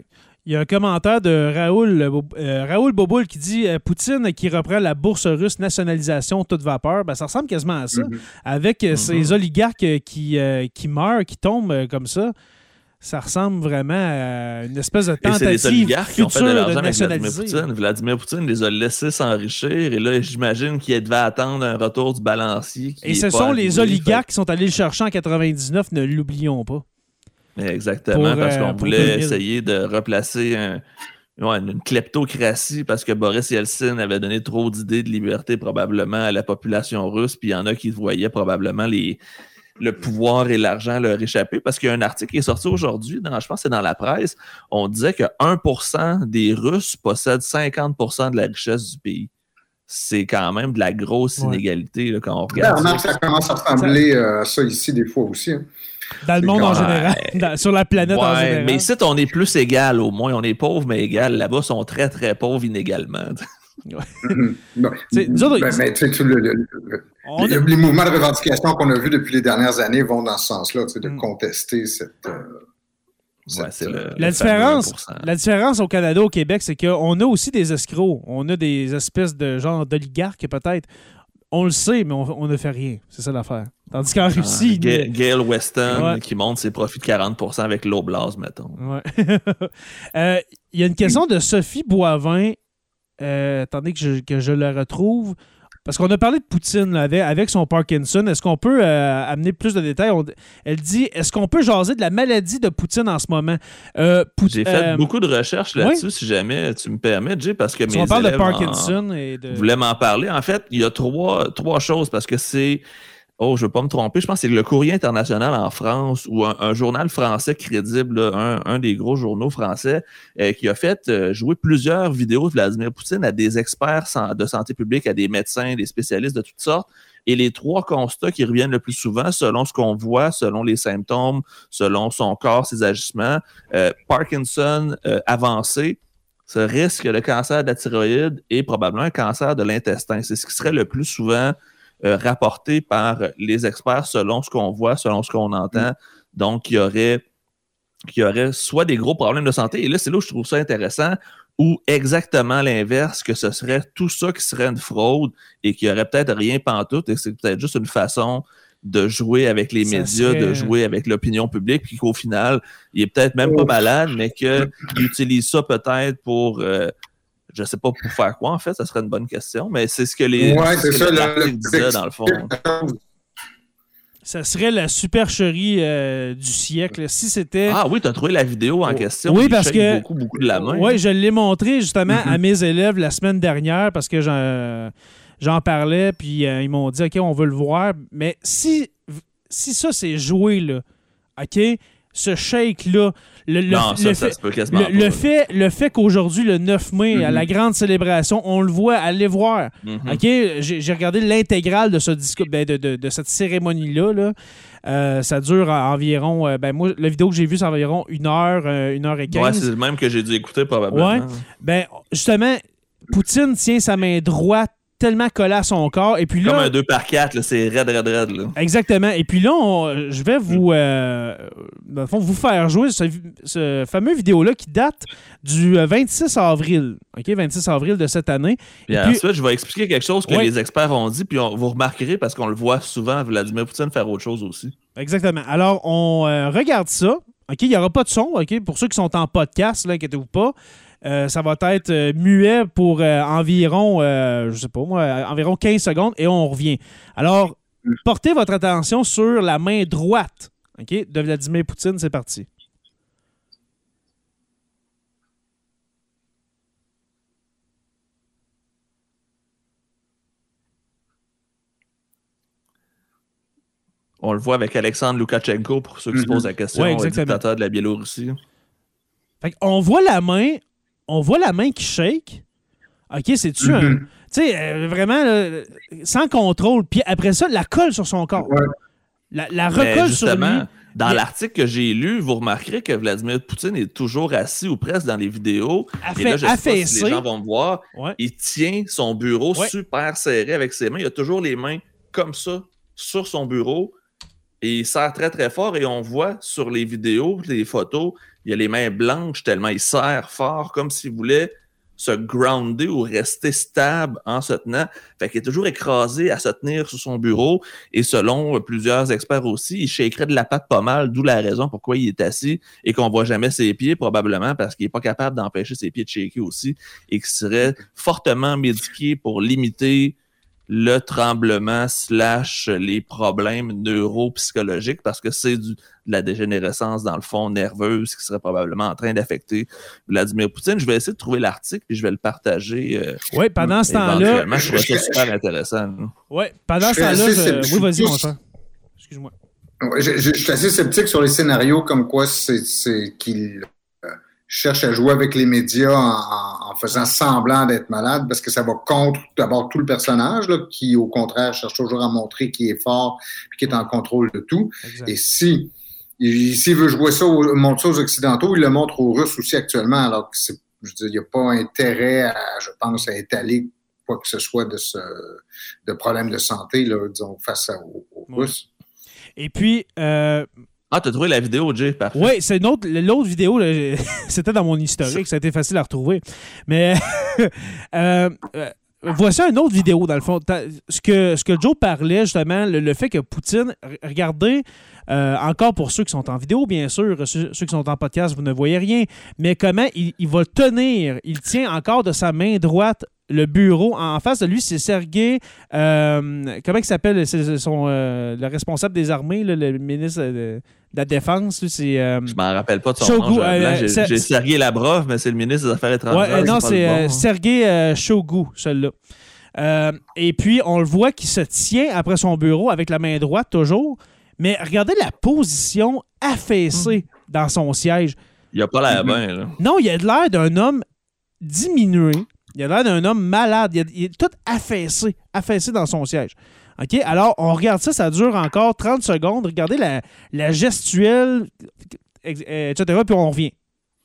Il y a un commentaire de Raoul, euh, Raoul Boboul qui dit euh, Poutine qui reprend la bourse russe, nationalisation toute vapeur. Ben, ça ressemble quasiment à ça. Mm-hmm. Avec euh, mm-hmm. ces oligarques qui, euh, qui meurent, qui tombent euh, comme ça, ça ressemble vraiment à une espèce de tentative et c'est les oligarques future qui ont fait de l'argent de nationaliser. Avec Vladimir Poutine. Vladimir Poutine les a laissés s'enrichir et là, j'imagine qu'il devait attendre un retour du balancier. Et ce sont les oligarques fait... qui sont allés le chercher en quatre-vingt-dix-neuf, ne l'oublions pas. Exactement, pour, parce qu'on euh, voulait essayer de replacer un, ouais, une kleptocratie parce que Boris Yeltsin avait donné trop d'idées de liberté probablement à la population russe, puis il y en a qui voyaient probablement les, le pouvoir et l'argent leur échapper, parce qu'il y a un article qui est sorti aujourd'hui, dans, je pense que c'est dans la presse, on disait que un pour cent des Russes possèdent cinquante pour cent de la richesse du pays. C'est quand même de la grosse ouais. inégalité là, quand on regarde. Clairement, ça. ça commence à ressembler à euh, ça ici des fois aussi. Hein. Dans le monde en général, dans, sur la planète ouais, en général. Mais ici, on est plus égal au moins. On est pauvres, mais égal. Là-bas, ils sont très, très pauvres inégalement. mm-hmm. ben, ben, mais, tu sais, le, le, le, les, a... les mouvements de revendication qu'on a vus depuis les dernières années vont dans ce sens-là, tu sais, de mm. contester cette... Euh, Ouais, c'est le, la, le différence, la différence au Canada, au Québec, c'est qu'on a aussi des escrocs. On a des espèces de genre d'oligarques, peut-être. On le sait, mais on, on ne fait rien. C'est ça l'affaire. Tandis qu'en Russie... Ah, Ga- Gail Weston, ouais. qui monte ses profits de quarante pour cent avec l'Oblast, mettons. Ouais. euh, il y a une question de Sophie Boivin. Euh, attendez que je, que je la retrouve. Parce qu'on a parlé de Poutine là, avec, avec son Parkinson. Est-ce qu'on peut euh, amener plus de détails? On, elle dit, est-ce qu'on peut jaser de la maladie de Poutine en ce moment? Euh, Pout- J'ai fait euh, beaucoup de recherches là-dessus, oui? si jamais tu me permets, Jay, parce que si mes on parle élèves de Parkinson en... et de... voulaient m'en parler. En fait, il y a trois, trois choses, parce que c'est... Oh, je ne veux pas me tromper. Je pense que c'est le Courrier international en France ou un, un journal français crédible, là, un, un des gros journaux français, euh, qui a fait euh, jouer plusieurs vidéos de Vladimir Poutine à des experts de santé publique, à des médecins, des spécialistes de toutes sortes. Et les trois constats qui reviennent le plus souvent, selon ce qu'on voit, selon les symptômes, selon son corps, ses agissements, euh, Parkinson euh, avancé, ce risque de cancer de la thyroïde et probablement un cancer de l'intestin. C'est ce qui serait le plus souvent Euh, rapporté par les experts selon ce qu'on voit, selon ce qu'on entend. Mm. Donc, il y aurait, il y aurait soit des gros problèmes de santé, et là, c'est là où je trouve ça intéressant, ou exactement l'inverse, que ce serait tout ça qui serait une fraude et qu'il n'y aurait peut-être rien pantoute, et c'est peut-être juste une façon de jouer avec les ça médias, serait... de jouer avec l'opinion publique, puis qu'au final, il est peut-être même pas malade, mais qu'il utilise ça peut-être pour... Euh, je ne sais pas pour faire quoi, en fait, ça serait une bonne question, mais c'est ce que les ouais, c'est ça, le, disaient, dans le fond. Ça serait la supercherie euh, du siècle. Si c'était... Ah oui, tu as trouvé la vidéo en question. Oui, parce que... beaucoup, beaucoup de la main. Oui, je l'ai montré justement mm-hmm. à mes élèves la semaine dernière parce que j'en, j'en parlais, puis euh, ils m'ont dit, OK, on veut le voir. Mais si, si ça, c'est joué, là, OK, ce shake-là, le, le, non, ça, le, ça fait, se peut quasiment le, pas, le, fait, le fait qu'aujourd'hui, le neuf mai, mm-hmm. à la grande célébration, on le voit, allez voir. Mm-hmm. OK? J'ai, j'ai regardé l'intégrale de, ce disco, ben de, de, de cette cérémonie-là. Là. Euh, ça dure environ... Euh, ben moi, la vidéo que j'ai vue, c'est environ une heure, euh, une heure et quinze. Ouais, c'est le même que j'ai dû écouter probablement. Ouais. Ben, justement, Poutine tient sa main droite tellement collé à son corps. Et puis là, comme un deux par quatre, là, c'est raide, raide, raide. Là. Exactement. Et puis là, on, je vais vous, euh, dans le fond, vous faire jouer ce, ce fameux vidéo-là qui date du vingt-six avril. OK, vingt-six avril de cette année. Puis, et ensuite, puis, je vais expliquer quelque chose que ouais. les experts ont dit, puis on, vous remarquerez, parce qu'on le voit souvent, Vladimir Poutine faire autre chose aussi. Exactement. Alors, on euh, regarde ça. OK, il n'y aura pas de son. OK, pour ceux qui sont en podcast, là, inquiétez-vous pas. Euh, ça va être euh, muet pour euh, environ, euh, je sais pas moi, environ quinze secondes et on revient. Alors, portez votre attention sur la main droite, okay, de Vladimir Poutine. C'est parti. On le voit avec Alexandre Loukachenko, pour ceux qui mm-hmm. se posent la question, ouais, le dictateur de la Biélorussie. Fait on voit la main... On voit la main qui shake. OK, c'est-tu mm-hmm. un... Tu sais, euh, vraiment, là, sans contrôle. Puis après ça, la colle sur son corps. Ouais. La, la recolle sur lui. Dans il... l'article que j'ai lu, vous remarquerez que Vladimir Poutine est toujours assis ou presque dans les vidéos. Affa- Et là, je sais affaissé. pas si les gens vont me voir. Ouais. Il tient son bureau ouais. super serré avec ses mains. Il a toujours les mains comme ça sur son bureau. Et il serre très, très fort. Et on voit sur les vidéos, les photos, il y a les mains blanches tellement il serre fort, comme s'il voulait se grounder ou rester stable en se tenant. Fait qu'il est toujours écrasé à se tenir sur son bureau. Et selon plusieurs experts aussi, il shakerait de la patte pas mal, d'où la raison pourquoi il est assis et qu'on voit jamais ses pieds, probablement parce qu'il est pas capable d'empêcher ses pieds de shaker aussi et qu'il serait fortement médiqué pour limiter le tremblement slash les problèmes neuropsychologiques parce que c'est du, de la dégénérescence dans le fond nerveuse qui serait probablement en train d'affecter Vladimir Poutine. Je vais essayer de trouver l'article puis je vais le partager. Euh, oui, pendant ce temps-là. Je trouve ça super intéressant. Oui, pendant ce temps-là. Je... Oui, vas-y, mon cher. Excuse-moi. Je, je, je suis assez sceptique sur les scénarios comme quoi c'est, c'est qu'il euh, cherche à jouer avec les médias en, en faisant semblant d'être malade parce que ça va contre d'abord tout le personnage là, qui, au contraire, cherche toujours à montrer qu'il est fort et qu'il est en contrôle de tout. Exact. Et si il, s'il veut jouer ça, au, montrer ça aux Occidentaux, il le montre aux Russes aussi actuellement, alors que c'est, je veux dire, il n'y a pas intérêt, à, je pense, à étaler quoi que ce soit de ce de problème de santé, là, disons, face à, aux, aux oui. Russes. Et puis... Euh... Ah, t'as trouvé la vidéo, Jay, parfait. Oui, c'est une autre, l'autre vidéo, là, c'était dans mon historique, ça a été facile à retrouver. Mais euh, euh, voici une autre vidéo, dans le fond. Ce que, ce que Joe parlait, justement, le, le fait que Poutine, regardez, euh, encore pour ceux qui sont en vidéo, bien sûr, ceux, ceux qui sont en podcast, vous ne voyez rien, mais comment il, il va tenir, il tient encore de sa main droite le bureau. En face de lui, c'est Sergueï, euh, comment il s'appelle, c'est son, euh, le responsable des armées, là, le ministre de, de la Défense. Là, c'est, euh, je m'en rappelle pas de son Shoigu, nom. Euh, j'ai, c'est, j'ai Sergueï Lavrov, mais c'est le ministre des Affaires étrangères. Ouais, euh, non, c'est, c'est bon, euh, Sergueï euh, Shoigu, celui-là. Euh, et puis, on le voit qui se tient après son bureau avec la main droite, toujours. Mais regardez la position affaissée mmh. dans son siège. Il a pas l'air bien, là. Non, il a l'air d'un homme diminué. Il a l'air d'un homme malade. Il, a, il est tout affaissé, affaissé dans son siège. OK? Alors, on regarde ça, ça dure encore trente secondes. Regardez la, la gestuelle, et cetera, puis on revient.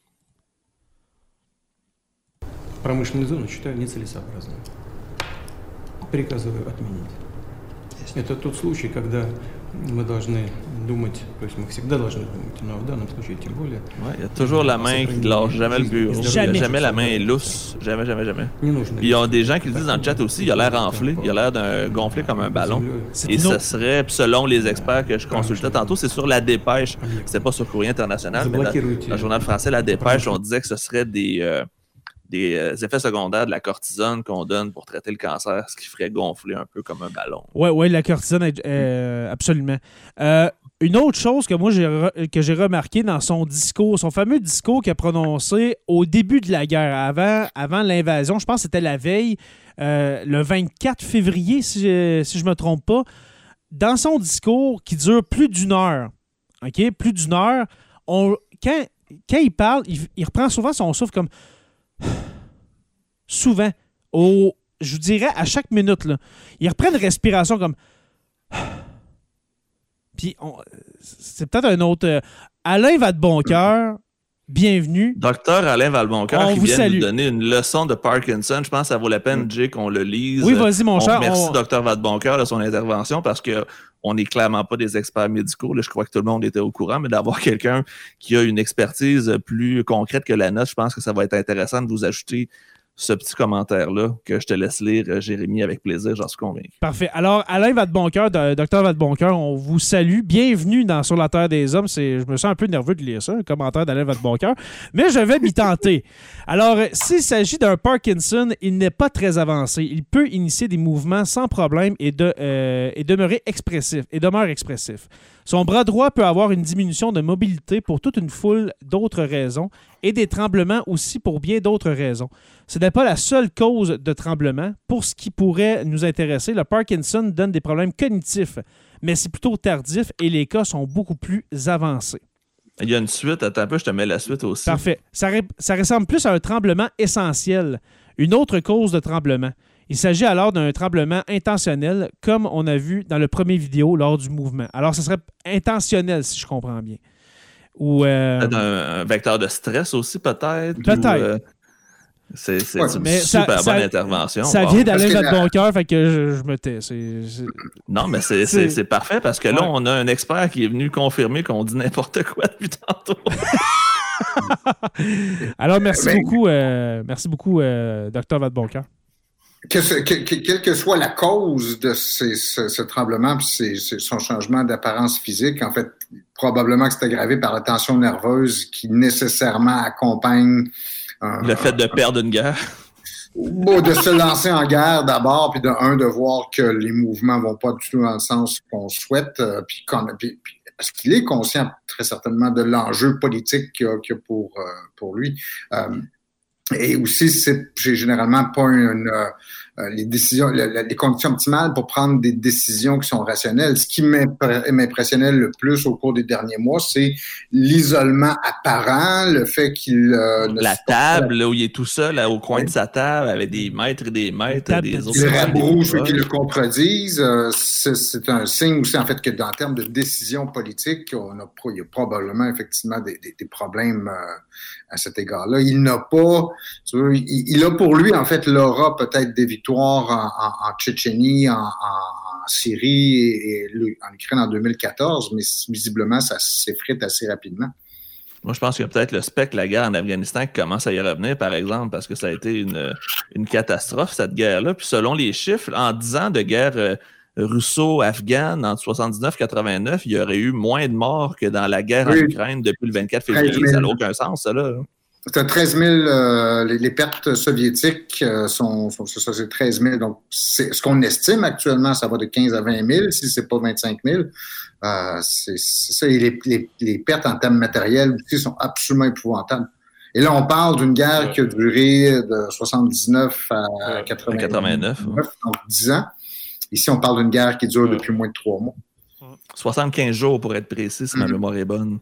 Промышленную зону считаю нецелесообразной. Приказываю отменить. Это тот случай, когда мы должны думать, то есть мы всегда должны думать, но в данном случае тем более. Ouais, il y a toujours la main qui lâche jamais le bureau. Jamais. Jamais la main est lousse. Jamais, jamais, jamais. Puis il y a des gens qui le disent dans le chat aussi, il a l'air enflé, il a l'air d'un gonflé comme un ballon. Et ça serait, selon les experts que je consultais tantôt, c'est sur La Dépêche. C'était pas sur Courrier International, mais dans le journal français La Dépêche, on disait que ce serait des... Euh, des euh, effets secondaires de la cortisone qu'on donne pour traiter le cancer, ce qui ferait gonfler un peu comme un ballon. Oui, oui, la cortisone, euh, absolument. Euh, une autre chose que moi, j'ai re- que j'ai remarqué dans son discours, son fameux discours qu'il a prononcé au début de la guerre, avant, avant l'invasion, je pense que c'était la veille, euh, le vingt-quatre février, si je, si je me trompe pas, dans son discours qui dure plus d'une heure, OK, plus d'une heure, on, quand, quand il parle, il, il reprend souvent son souffle comme... Souvent, au, je vous dirais à chaque minute, là, il reprend une respiration comme. Puis, on, c'est peut-être un autre. Euh, Alain Vadeboncoeur, bienvenue. Docteur Alain Vadeboncoeur on qui vous vient salue. nous donner une leçon de Parkinson. Je pense que ça vaut la peine, Jay, qu'on le lise. Oui, vas-y, mon on cher. Merci, on... Docteur Vadeboncoeur, de son intervention parce que. On n'est clairement pas des experts médicaux. Là, je crois que tout le monde était au courant, mais d'avoir quelqu'un qui a une expertise plus concrète que la nôtre, je pense que ça va être intéressant de vous ajouter ce petit commentaire-là que je te laisse lire, Jérémy, avec plaisir, j'en suis convaincu. Parfait. Alors, Alain Vadeboncoeur, docteur Vadeboncoeur, on vous salue. Bienvenue dans Sur la Terre des Hommes. C'est, je me sens un peu nerveux de lire ça, un commentaire d'Alain Vadeboncoeur, mais je vais m'y tenter. Alors, s'il s'agit d'un Parkinson, il n'est pas très avancé. Il peut initier des mouvements sans problème et, de, euh, et demeurer expressif, et demeure expressif. Son bras droit peut avoir une diminution de mobilité pour toute une foule d'autres raisons et des tremblements aussi pour bien d'autres raisons. Ce n'est pas la seule cause de tremblement. Pour ce qui pourrait nous intéresser, le Parkinson donne des problèmes cognitifs, mais c'est plutôt tardif et les cas sont beaucoup plus avancés. Il y a une suite. Attends un peu, je te mets la suite aussi. Parfait. Ça, ré- ça ressemble plus à un tremblement essentiel, une autre cause de tremblement. Il s'agit alors d'un tremblement intentionnel, comme on a vu dans le premier vidéo lors du mouvement. Alors, ce serait intentionnel, si je comprends bien. Ou, euh... Peut-être un, un vecteur de stress aussi, peut-être. Peut-être. Ou, euh... C'est, c'est ouais, une super ça, bonne ça, intervention. Ça wow. vient d'Alain Vadeboncoeur, fait que je, je me tais. C'est, c'est... Non, mais c'est, c'est, c'est parfait parce que là, ouais. on a un expert qui est venu confirmer qu'on dit n'importe quoi depuis tantôt. Alors, merci ben, beaucoup, euh, merci beaucoup, euh, docteur Vadeboncoeur. Que ce, que, que, quelle que soit la cause de ces, ce, ce tremblement puis c'est, c'est son changement d'apparence physique, en fait, probablement que c'est aggravé par la tension nerveuse qui nécessairement accompagne euh, le fait de perdre une guerre. Bon, de se lancer en guerre d'abord, puis de un, de voir que les mouvements vont pas du tout dans le sens qu'on souhaite, euh, puis, qu'on, puis, puis parce qu'il est conscient très certainement de l'enjeu politique qu'il y a, qu'il y a pour, euh, pour lui. Euh, Et aussi, c'est j'ai généralement pas une, euh, les décisions, les, les conditions optimales pour prendre des décisions qui sont rationnelles. Ce qui m'impressionnait le plus au cours des derniers mois, c'est l'isolement apparent, le fait qu'il euh, la table là, où il est tout seul là, au coin oui. de sa table avec des maîtres et des maîtres, des autres. Les rabroues, ceux qui le contredisent, euh, c'est, c'est un signe aussi en fait que dans termes de décision politique, on a il y a probablement effectivement des, des, des problèmes euh, à cet égard-là. Il n'a pas Tu vois, il, il a pour lui, en fait, l'aura peut-être des victoires en, en, en Tchétchénie, en, en, en Syrie et, et en Ukraine en deux mille quatorze, mais visiblement, ça s'effrite assez rapidement. Moi, je pense qu'il y a peut-être le spectre, la guerre en Afghanistan, qui commence à y revenir, par exemple, parce que ça a été une, une catastrophe, cette guerre-là. Puis selon les chiffres, en dix ans de guerre euh, russo-afghane, entre soixante-dix-neuf et quatre-vingt-neuf, il y aurait eu moins de morts que dans la guerre oui. en Ukraine depuis le vingt-quatre février. Ça n'a aucun sens, ça, là. C'est treize mille, euh, les, les pertes soviétiques euh, sont, sont ça, c'est treize mille. Donc, c'est, ce qu'on estime actuellement, ça va de quinze à vingt mille, si c'est pas vingt-cinq mille. Euh, c'est, c'est ça. Et les, les, les pertes en termes matériels aussi sont absolument épouvantables. Et là, on parle d'une guerre ouais. qui a duré de soixante-dix-neuf à ouais. quatre-vingt-neuf, quatre-vingt-neuf ouais. donc dix ans. Ici, on parle d'une guerre qui dure ouais. depuis moins de trois mois. soixante-quinze jours pour être précis, si mm-hmm. ma mémoire est bonne.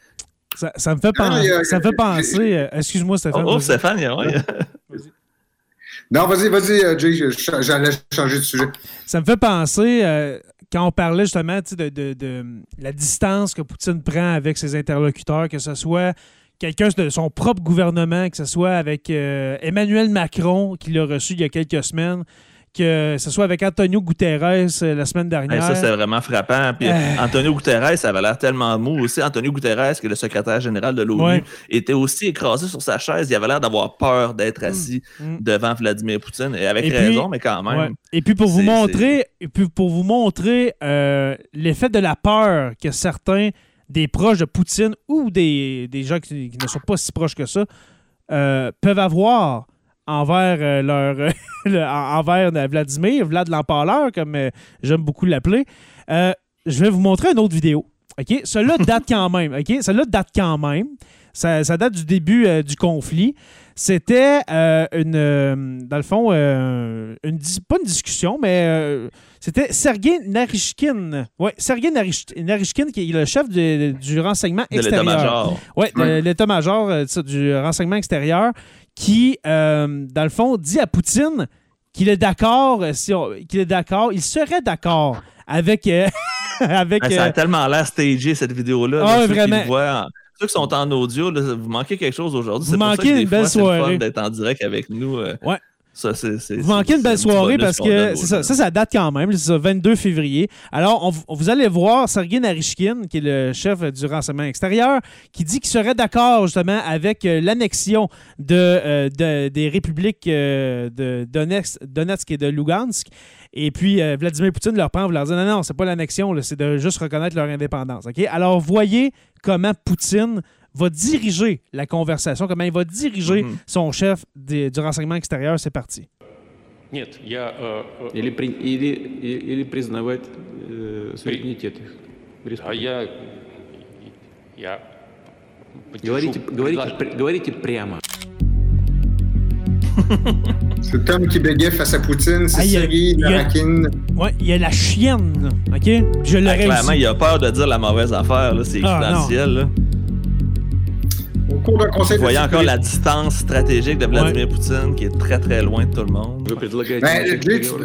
Ça, ça me fait, pen- ah, euh, ça me fait penser... Euh, excuse-moi, Stéphane. Oh, oh Stéphane, il ouais. Vas-y. Non, vas-y, vas-y, euh, Jay, j'allais changer de sujet. Ça me fait penser, euh, quand on parlait justement de, de, de la distance que Poutine prend avec ses interlocuteurs, que ce soit quelqu'un de son propre gouvernement, que ce soit avec euh, Emmanuel Macron, qui l'a reçu il y a quelques semaines, que ce soit avec Antonio Guterres euh, la semaine dernière. Hey, ça, c'est vraiment frappant. Puis, euh... Antonio Guterres, ça avait l'air tellement mou aussi. Antonio Guterres, qui est le secrétaire général de l'ONU, ouais. était aussi écrasé sur sa chaise. Il avait l'air d'avoir peur d'être assis mmh. devant Vladimir Poutine. Et avec et raison, puis, mais quand même. Ouais. Et puis, pour vous montrer, et puis pour vous montrer euh, l'effet de la peur que certains des proches de Poutine ou des, des gens qui, qui ne sont pas si proches que ça euh, peuvent avoir envers euh, leur euh, le, envers Vladimir, Vlad l'Empaleur, comme euh, j'aime beaucoup l'appeler. Euh, je vais vous montrer une autre vidéo. OK? Celle-là date quand même. OK? Celle-là date quand même. Ça, ça date du début euh, du conflit. C'était euh, une... Euh, dans le fond, euh, une, pas une discussion, mais euh, c'était Sergei Narishkin. Oui, Sergei Narishkin, qui est le chef de, du renseignement extérieur. De l'état-major. Oui, de l'état-major euh, du renseignement extérieur, qui, euh, dans le fond, dit à Poutine qu'il est d'accord, si on, qu'il est d'accord, il serait d'accord avec... Euh, avec ça a euh, tellement l'air stagé, cette vidéo-là. Ah, là, vraiment. En, ceux qui sont en audio, là, vous manquez quelque chose aujourd'hui. Vous c'est manquez pour ça que une des belle fois, soirée. C'est le fun d'être en direct avec nous. Euh, ouais. Ça, c'est, c'est, vous manquez c'est, une belle soirée parce que c'est ça, ça, ça date quand même. C'est ça, vingt-deux février. Alors, on, on, vous allez voir Sergei Narishkin, qui est le chef du renseignement extérieur, qui dit qu'il serait d'accord justement avec euh, l'annexion de, euh, de, des républiques euh, de Donetsk, Donetsk et de Lugansk. Et puis, euh, Vladimir Poutine leur prend, vous leur dit non, non, c'est pas l'annexion, là, c'est de juste reconnaître leur indépendance. Okay? Alors, voyez comment Poutine va diriger la conversation, comment il va diriger mm-hmm. son chef de, du renseignement extérieur. C'est parti. Нет, я или или или признавать суверенитет их. А я я говорите говорите говорите прямо. Cet homme qui bégait face à Poutine, c'est ah, Sergei Narishkin. Oui, il y a la chienne, OK? Je l'aurais ah, clairement, il a peur de dire la mauvaise affaire, là. C'est ah, évidentiel, là. Au cours d'un conseil Vous voyez encore la distance stratégique de Vladimir ouais. Poutine, qui est très, très loin de tout le monde. Ben,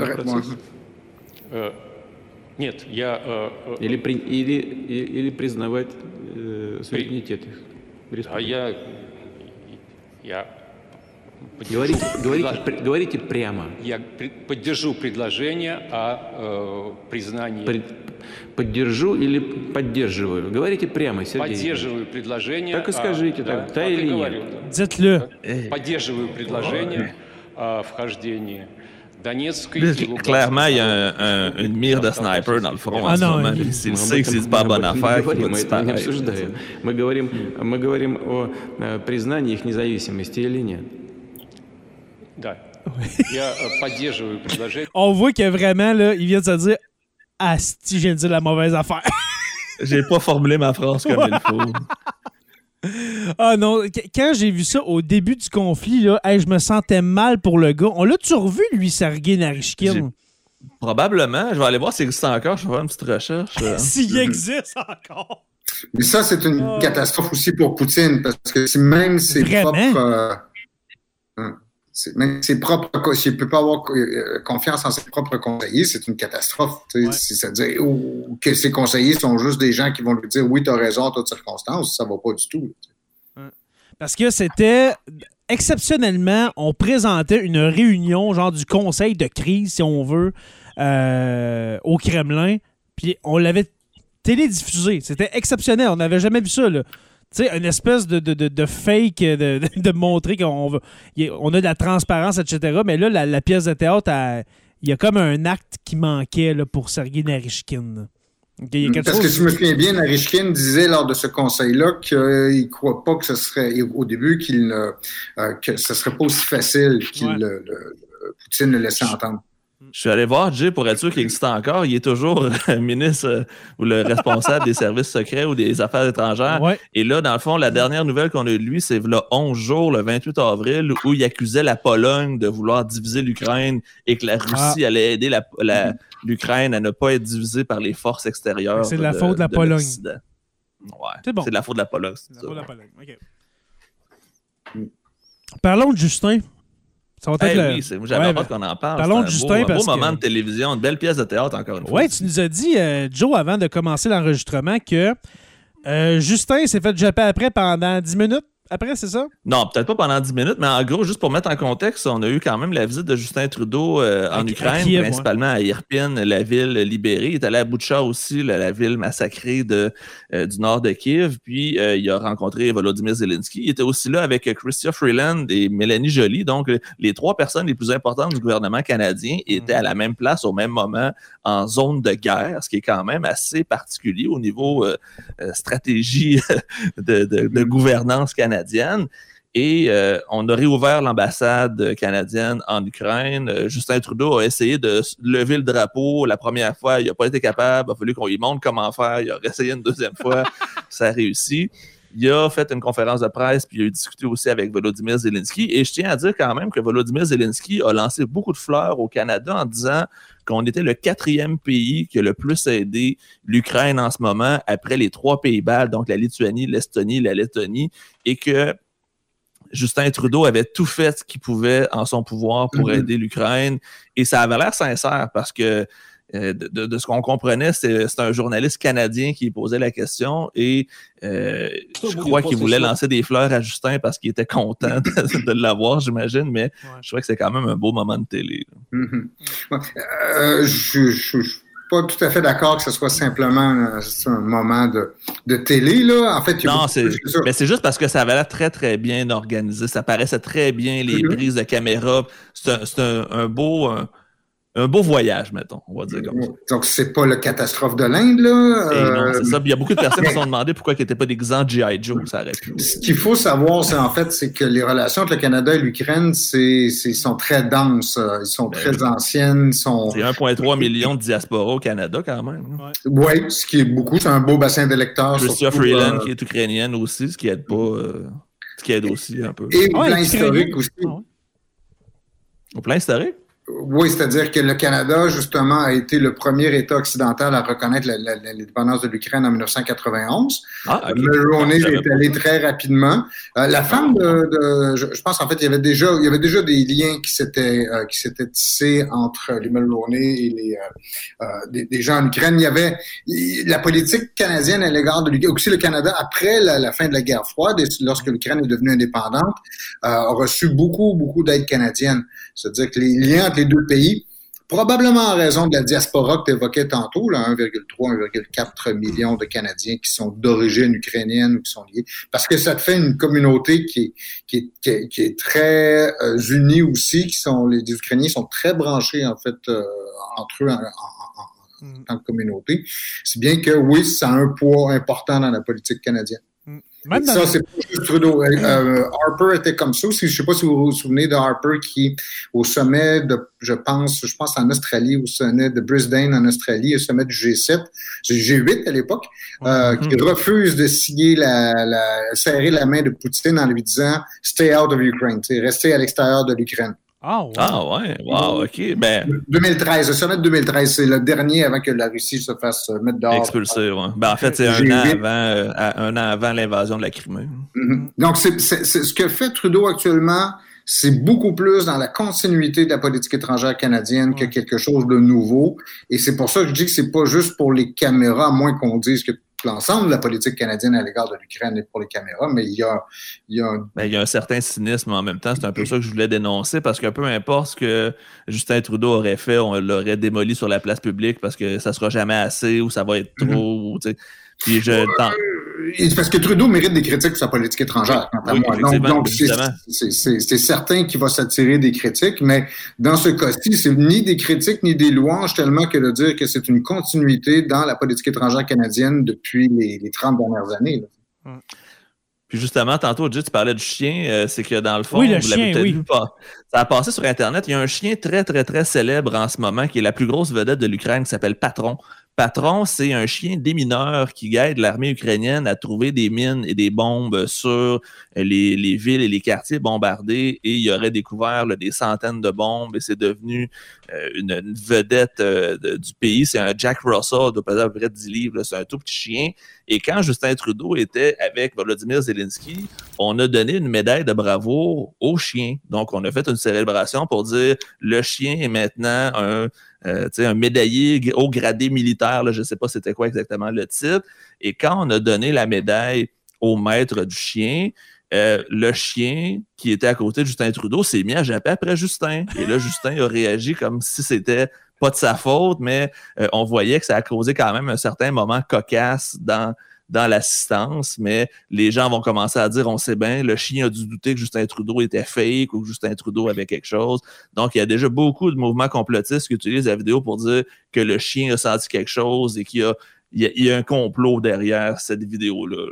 Нет, я или или или признавать суверенитет их. А я я Говорите, говорите, говорите прямо. Я поддержу предложение о э, признании... При... Поддержу или поддерживаю? Говорите прямо, Сергей. Поддерживаю предложение... Так и скажите, о... так, да, да или нет? говорю, да. Dites-le. Поддерживаю предложение о вхождении Донецкой и Луганской. Clairement, il y a un, un, une mire de sniper dans le front ah en ce non, moment. il... S'il sait que c'est pas bonne affaire, мы, мы это не обсуждаем. Мы говорим, мы говорим о признании их независимости или нет. Да. Я поддерживаю предложение. On voit que vraiment, là, il vient de se dire « Asti, je viens de dire la mauvaise affaire. » J'ai pas formulé ma phrase comme il faut. Ah non, quand j'ai vu ça au début du conflit, là, hey, je me sentais mal pour le gars. On l'a-tu revu, lui, Sergueï Naryshkin? J'ai... Probablement. Je vais aller voir s'il existe encore. Je vais faire une petite recherche. S'il existe encore. Mais ça, c'est une oh. catastrophe aussi pour Poutine, parce que si même ses Vraiment? propres... Euh, hein, c'est, même ses propres... S'il ne peut pas avoir confiance en ses propres conseillers, c'est une catastrophe. Ouais. C'est-à-dire ou, que ses conseillers sont juste des gens qui vont lui dire « Oui, tu as raison en toutes circonstances », ça ne va pas du tout. Ouais. Parce que c'était... Exceptionnellement, on présentait une réunion, genre du conseil de crise, si on veut, euh, au Kremlin, puis on l'avait télédiffusé. C'était exceptionnel. On n'avait jamais vu ça, là. Tu sais, une espèce de, de, de, de fake, de, de, de montrer qu'on va, on a de la transparence, et cetera. Mais là, la, la pièce de théâtre, il y a comme un acte qui manquait là, pour Sergueï Naryshkin. Okay, Parce chose... que si je me souviens bien, Naryshkin disait lors de ce conseil-là qu'il ne croit pas que ce serait, au début, qu'il ne, euh, que ce ne serait pas aussi facile qu'il ouais. le, le, Poutine le laissait entendre. Je suis allé voir Jay pour être sûr qu'il existe encore. Il est toujours ministre euh, ou le responsable des services secrets ou des affaires étrangères. Ouais. Et là, dans le fond, la dernière nouvelle qu'on a eue de lui, c'est le onze jours, le vingt-huit avril, où il accusait la Pologne de vouloir diviser l'Ukraine et que la Russie ah. allait aider la, la, l'Ukraine à ne pas être divisée par les forces extérieures. C'est de la de, faute de la de Pologne. l'Occident. Ouais, c'est bon. C'est de la faute de la Pologne. C'est, c'est de la faute de la Pologne. OK. Mm. Parlons de Justin. Ça va hey, être oui, le... c'est... j'avais ouais, hâte qu'on en parle. Parlons de beau, Justin un parce beau que... moment de télévision, une belle pièce de théâtre encore une fois. Oui, tu nous as dit, euh, Joe, avant de commencer l'enregistrement, que euh, Justin s'est fait japper après pendant dix minutes. Après, c'est ça? Non, peut-être pas pendant dix minutes, mais en gros, juste pour mettre en contexte, on a eu quand même la visite de Justin Trudeau euh, en à, Ukraine, à Kiev, principalement ouais. à Irpin, la ville libérée. Il est allé à Boutcha aussi, la, la ville massacrée de, euh, du nord de Kiev. Puis, euh, il a rencontré Volodymyr Zelensky. Il était aussi là avec Chrystia Freeland et Mélanie Joly. Donc, les trois personnes les plus importantes du gouvernement canadien étaient à la même place au même moment en zone de guerre, ce qui est quand même assez particulier au niveau euh, euh, stratégie de, de, de gouvernance canadienne. Et euh, on a réouvert l'ambassade canadienne en Ukraine. Euh, Justin Trudeau a essayé de lever le drapeau. La première fois, il n'a pas été capable. Il a fallu qu'on lui montre comment faire. Il a essayé une deuxième fois. Ça a réussi. Il a fait une conférence de presse, puis il a discuté aussi avec Volodymyr Zelensky. Et je tiens à dire quand même que Volodymyr Zelensky a lancé beaucoup de fleurs au Canada en disant qu'on était le quatrième pays qui a le plus aidé l'Ukraine en ce moment, après les trois pays baltes, donc la Lituanie, l'Estonie, la Lettonie, et que Justin Trudeau avait tout fait ce qu'il pouvait en son pouvoir pour mm-hmm. aider l'Ukraine. Et ça avait l'air sincère parce que euh, de, de, de ce qu'on comprenait, c'est, c'est un journaliste canadien qui posait la question et euh, je crois qu'il voulait lancer des fleurs à Justin parce qu'il était content de, de l'avoir, j'imagine, mais ouais. je trouvais que c'est quand même un beau moment de télé. Mm-hmm. Ouais. Euh, je, je, je... pas tout à fait d'accord que ce soit simplement c'est un moment de, de télé. Là. En fait, il y a non, c'est, mais c'est juste parce que ça avait l'air très, très bien organisé. Ça paraissait très bien, les mm-hmm. prises de caméra. C'est un, c'est un, un beau... Un, Un beau voyage, mettons, on va dire comme ça. Donc, c'est pas le catastrophe de l'Inde, là? Et euh... non, c'est ça. Il y a beaucoup de personnes qui se sont demandé pourquoi il n'était pas déguisé en G I. Joe, ça aurait pu. Ce qu'il faut savoir, c'est en fait, c'est que les relations entre le Canada et l'Ukraine, c'est, c'est, sont très denses. Ils sont ben, très oui. anciennes. Sont... C'est un virgule trois million de diaspora au Canada, quand même. Oui, ouais, ce qui est beaucoup. C'est un beau bassin d'électeurs. Chrystia Freeland, euh... qui est ukrainienne aussi, ce qui aide pas... Euh... Ce qui aide aussi un peu. Et au plan ouais, historique aussi. Ah ouais. Au plan historique? Oui, c'est-à-dire que le Canada, justement, a été le premier État occidental à reconnaître la, la, l'indépendance de l'Ukraine en dix-neuf cent quatre-vingt-onze. Ah, okay. Mulroney est allé très rapidement. Euh, la femme de, de je, je pense en fait il y avait déjà il y avait déjà des liens qui s'étaient euh, qui s'étaient tissés entre les Mulroney et les euh, euh, des, des gens en Ukraine. Il y avait il, la politique canadienne à l'égard de l'Ukraine, aussi le Canada après la, la fin de la guerre froide, et lorsque l'Ukraine est devenue indépendante, euh, a reçu beaucoup beaucoup d'aide canadienne. C'est-à-dire que les liens entre les deux pays, probablement en raison de la diaspora que tu évoquais tantôt, là, un virgule trois, un virgule quatre millions de Canadiens qui sont d'origine ukrainienne ou qui sont liés, parce que ça te fait une communauté qui est, qui est, qui est, qui est très euh, unie aussi, qui sont les, les Ukrainiens sont très branchés en fait euh, entre eux en, en, en, en tant que communauté. C'est bien que oui, ça a un poids important dans la politique canadienne. Même ça, c'est pas juste Trudeau. Euh, Harper était comme ça aussi. Je sais pas si vous vous souvenez de Harper qui, au sommet de, je pense, je pense en Australie, au sommet de Brisbane en Australie, au sommet du G sept, G huit à l'époque, euh, mm-hmm. qui refuse de signer la, la, serrer la main de Poutine en lui disant « Stay out of Ukraine », restez à l'extérieur de l'Ukraine. Ah ouais. ah ouais, wow, ok. Ben... deux mille treize, le sommet de deux mille treize, c'est le dernier avant que la Russie se fasse mettre dehors. Expulsé, ouais. Ben en fait, c'est un an, avant, euh, un an avant l'invasion de la Crimée. Mm-hmm. Donc, c'est, c'est, c'est ce que fait Trudeau actuellement, c'est beaucoup plus dans la continuité de la politique étrangère canadienne ouais. que quelque chose de nouveau. Et c'est pour ça que je dis que c'est pas juste pour les caméras, à moins qu'on dise que l'ensemble de la politique canadienne à l'égard de l'Ukraine est pour les caméras, mais il y a... Il y a, un... Ben, il y a un certain cynisme en même temps. C'est un peu ça que je voulais dénoncer, parce que peu importe ce que Justin Trudeau aurait fait, on l'aurait démoli sur la place publique parce que ça sera jamais assez ou ça va être trop... Mm-hmm. Puis je... Parce que Trudeau mérite des critiques pour sa politique étrangère, quant à oui, moi. Donc, donc c'est, c'est, c'est, c'est certain qu'il va s'attirer des critiques, mais dans ce cas-ci, c'est ni des critiques ni des louanges tellement que de dire que c'est une continuité dans la politique étrangère canadienne depuis les, les trente dernières années. Là. Puis justement, tantôt, Jay, tu parlais du chien, euh, c'est que dans le fond, oui, le vous chien, l'avez peut-être oui. vu, pas, ça a passé sur Internet, il y a un chien très, très, très célèbre en ce moment, qui est la plus grosse vedette de l'Ukraine, qui s'appelle Patron. Patron, c'est un chien démineur qui aide l'armée ukrainienne à trouver des mines et des bombes sur les, les villes et les quartiers bombardés, et il aurait découvert là, des centaines de bombes, et c'est devenu euh, une, une vedette euh, de, du pays. C'est un Jack Russell, il doit peser à peu près dix livres, là, c'est un tout petit chien. Et quand Justin Trudeau était avec Volodymyr Zelensky, on a donné une médaille de bravoure au chien. Donc, on a fait une célébration pour dire le chien est maintenant un... Euh, un médaillé haut gradé militaire, là, je ne sais pas c'était quoi exactement le titre. Et quand on a donné la médaille au maître du chien, euh, le chien qui était à côté de Justin Trudeau s'est mis à japper après Justin. Et là, Justin a réagi comme si c'était pas de sa faute, mais euh, on voyait que ça a causé quand même un certain moment cocasse dans... dans l'assistance, mais les gens vont commencer à dire, on sait bien, le chien a dû douter que Justin Trudeau était fake ou que Justin Trudeau avait quelque chose. Donc, il y a déjà beaucoup de mouvements complotistes qui utilisent la vidéo pour dire que le chien a senti quelque chose et qu'il y a, il y a, il y a un complot derrière cette vidéo-là.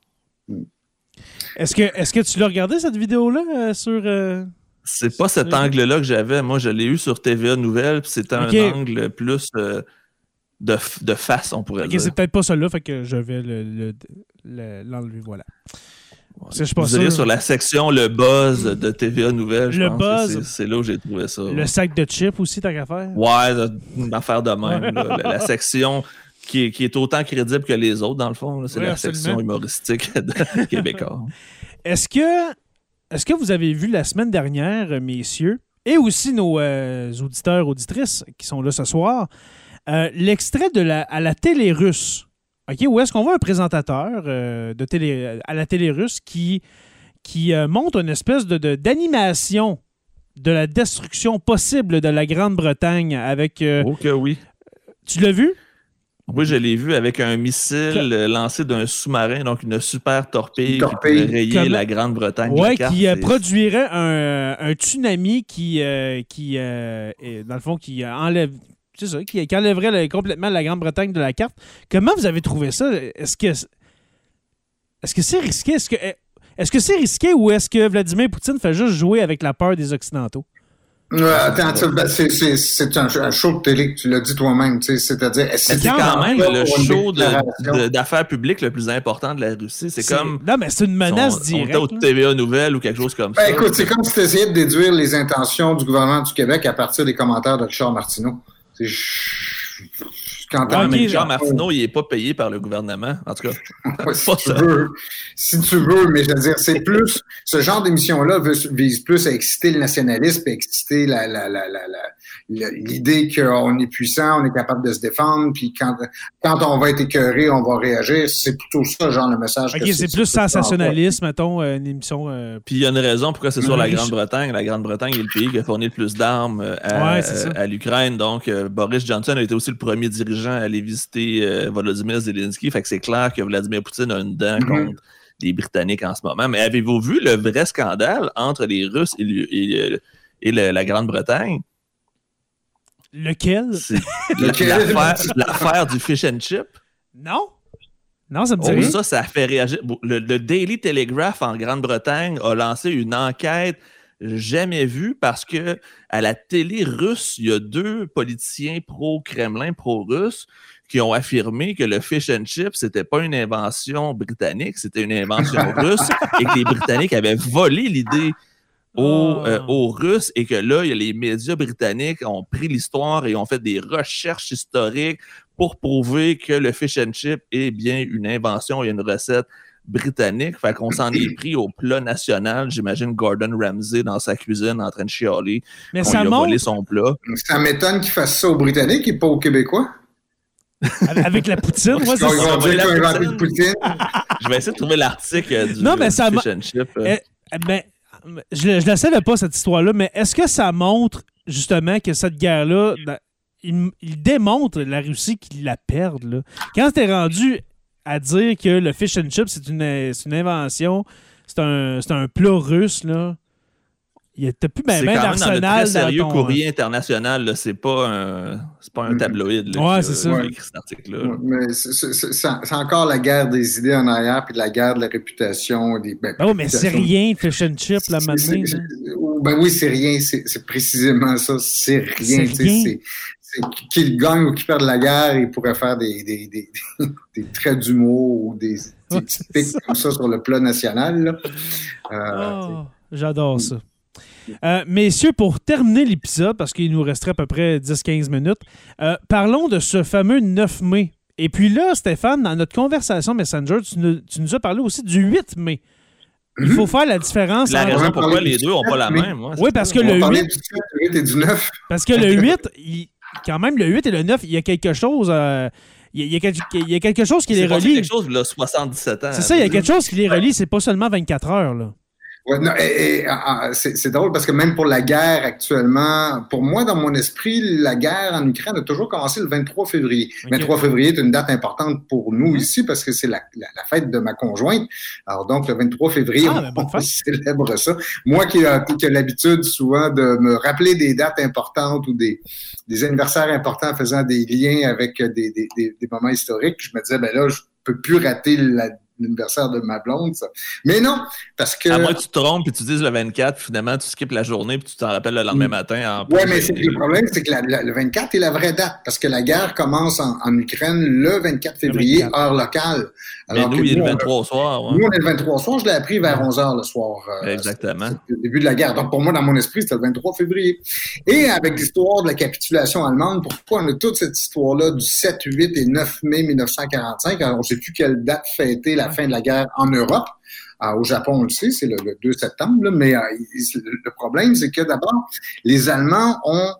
Est-ce que, est-ce que tu l'as regardé, cette vidéo-là, euh, sur... Euh... C'est pas cet angle-là que j'avais. Moi, je l'ai eu sur T V A Nouvelles, puis c'était okay. un angle plus... Euh, De, de face, on pourrait okay, dire. C'est peut-être pas celui-là, fait que je vais le, le, le, l'enlever, voilà. Parce que je suis pas Vous allez sur la section Le Buzz de T V A Nouvelles, je le pense. Buzz, c'est, c'est là où j'ai trouvé ça. Le ouais. sac de chips aussi, t'as qu'à faire? Ouais, une affaire de même. là, la, la section qui est, qui est autant crédible que les autres, dans le fond. Là, c'est ouais, la absolument. Section humoristique de Québécois. Est-ce que, est-ce que vous avez vu la semaine dernière, messieurs, et aussi nos euh, auditeurs, auditrices qui sont là ce soir, Euh, l'extrait de la, à la télé russe, okay, où est-ce qu'on voit un présentateur euh, de télé, à la télé russe qui, qui euh, montre une espèce de, de, d'animation de la destruction possible de la Grande-Bretagne avec... Euh, oh que oui. Tu l'as vu? Oui, je l'ai vu avec un missile que... lancé d'un sous-marin, donc une super torpille, torpille. qui pourrait rayer Comme... la Grande-Bretagne. Oui, qui euh, produirait un, un tsunami qui, euh, qui euh, est, dans le fond, qui enlève... C'est ça, qui, qui enlèverait la, complètement la Grande-Bretagne de la carte. Comment vous avez trouvé ça? Est-ce que, est-ce que c'est risqué? Est-ce que, est-ce que c'est risqué ou est-ce que Vladimir Poutine fait juste jouer avec la peur des Occidentaux? Ouais, attends, c'est, c'est, c'est un, un show de télé, tu l'as dit toi-même, tu sais, c'est-à-dire... C'est, c'est quand même le show de, de, d'affaires publiques le plus important de la Russie. C'est, c'est comme... Non, mais c'est une menace son, directe. On était au T V A Nouvelles ou quelque chose comme ben, ça. Écoute, c'est comme si tu essayais de déduire les intentions du gouvernement du Québec à partir des commentaires de Richard Martineau. C'est... Quand ouais, mais Richard Martineau, il n'est pas payé par le gouvernement, en tout cas. Ouais, si, tu veux, si tu veux, mais je veux dire, c'est plus, ce genre d'émission-là vise plus à exciter le nationalisme et exciter la, la, la, la, la, l'idée qu'on est puissant, on est capable de se défendre, puis quand, quand on va être écœuré, on va réagir. C'est plutôt ça, genre, le message. OK, que c'est, c'est plus sensationnalisme, mettons, une émission... Euh... Puis il y a une raison pourquoi c'est sur la Grande-Bretagne. La Grande-Bretagne est le pays qui a fourni le plus d'armes à, ouais, à, à l'Ukraine. Donc, euh, Boris Johnson a été aussi le premier dirigeant à aller visiter euh, Volodymyr Zelensky. Fait que c'est clair que Vladimir Poutine a une dent mm-hmm. contre les Britanniques en ce moment. Mais avez-vous vu le vrai scandale entre les Russes et, le, et, et le, la Grande-Bretagne? Lequel? C'est Lequel? L'affaire, l'affaire du fish and chip. Non? Non, ça me dit oh, rien. Ça, ça a fait réagir. Le, le Daily Telegraph en Grande-Bretagne a lancé une enquête jamais vue parce que à la télé russe, il y a deux politiciens pro-Kremlin, pro-russes qui ont affirmé que le fish and chip, c'était pas une invention britannique, c'était une invention russe et que les Britanniques avaient volé l'idée aux, oh. euh, aux Russes et que là, les médias britanniques ont pris l'histoire et ont fait des recherches historiques pour prouver que le fish and chip est bien une invention et une recette britannique. Fait qu'on s'en est pris au plat national. J'imagine Gordon Ramsay dans sa cuisine en train de chialer. Mais qu'on ça lui a montre... volé son plat. Ça m'étonne qu'il fasse ça aux Britanniques et pas aux Québécois. Avec la poutine, moi, c'est ça. Ils vont dire qu'ils ont inventé de poutine. Je vais essayer de trouver l'article du, non, mais du ça fish and chip. Eh, ben, je ne la savais pas, cette histoire-là, mais est-ce que ça montre justement que cette guerre-là, il, il démontre la Russie qu'ils la perdent, là. Quand t'es rendu à dire que le fish and chip, c'est une, c'est une invention, c'est un, c'est un plat russe, là. Il n'y a plus ben, ben d'arsenal. C'est quand même dans le très sérieux ton... courrier international, là. C'est pas un, c'est pas un tabloïd. Là, ouais, qui, c'est ça. Ouais. Écrit cet article-là. Ouais, mais c'est, c'est, c'est, c'est encore la guerre des idées en arrière, puis de la guerre de la réputation. Des, ben, oh, mais c'est rien, fish and chip, la matinée. Ben oui, c'est rien. C'est, c'est précisément ça. C'est rien. C'est rien. C'est, c'est, qu'il gagne ou qu'il perde la guerre, il pourrait faire des, des, des, des traits d'humour ou des, des petits pics comme ça sur le plat national. Là. Euh, oh, j'adore ça. Euh, messieurs, pour terminer l'épisode, parce qu'il nous resterait à peu près dix à quinze minutes, euh, parlons de ce fameux neuf mai. Et puis là, Stéphane, dans notre conversation Messenger, tu nous, tu nous as parlé aussi du huit mai. Il faut faire la différence. La raison pourquoi les deux n'ont pas la même. Moi, oui, parce que on le huit... du huit et du neuf. Parce que le huit, il, quand même, le huit et le neuf, il y a quelque chose... Euh, il, y a, il y a quelque chose qui c'est les relie. quelque chose, là, soixante-dix-sept ans. C'est ça, il y a quelque chose qui les relie. C'est pas seulement vingt-quatre heures, là. Ouais, non, et, et, et c'est, c'est drôle parce que même pour la guerre actuellement, pour moi, dans mon esprit, la guerre en Ukraine a toujours commencé le vingt-trois février. Okay. vingt-trois février est une date importante pour nous mm-hmm. ici parce que c'est la, la, la fête de ma conjointe. Alors donc, le vingt-trois février, ah, on, on célèbre ça. Moi qui a, qui a l'habitude souvent de me rappeler des dates importantes ou des, des anniversaires importants faisant des liens avec des, des, des, des moments historiques, je me disais, ben là, je peux plus rater la l'anniversaire de ma blonde, ça. Mais non, parce que... À moins que tu te trompes et tu dises le vingt-quatre, puis finalement, tu skippes la journée puis tu t'en rappelles le lendemain matin. Oui, mais c'est, le problème, c'est que la, la, le vingt-quatre est la vraie date, parce que la guerre commence en, en Ukraine le vingt-quatre février, vingt-quatre heure locale. Alors mais nous, il est le vingt-trois au soir. Ouais. Nous, on est le vingt-trois au soir. Je l'ai appris vers onze heures le soir. Euh, Exactement. C'est, c'est le début de la guerre. Donc, pour moi, dans mon esprit, c'était le vingt-trois février. Et avec l'histoire de la capitulation allemande, pourquoi on a toute cette histoire-là du sept, huit et neuf mai dix-neuf cent quarante-cinq? Alors, on ne sait plus quelle date fêter la fin de la guerre en Europe. Euh, au Japon, on le sait, c'est le, le deux septembre. Là, mais euh, le problème, c'est que d'abord, les Allemands ont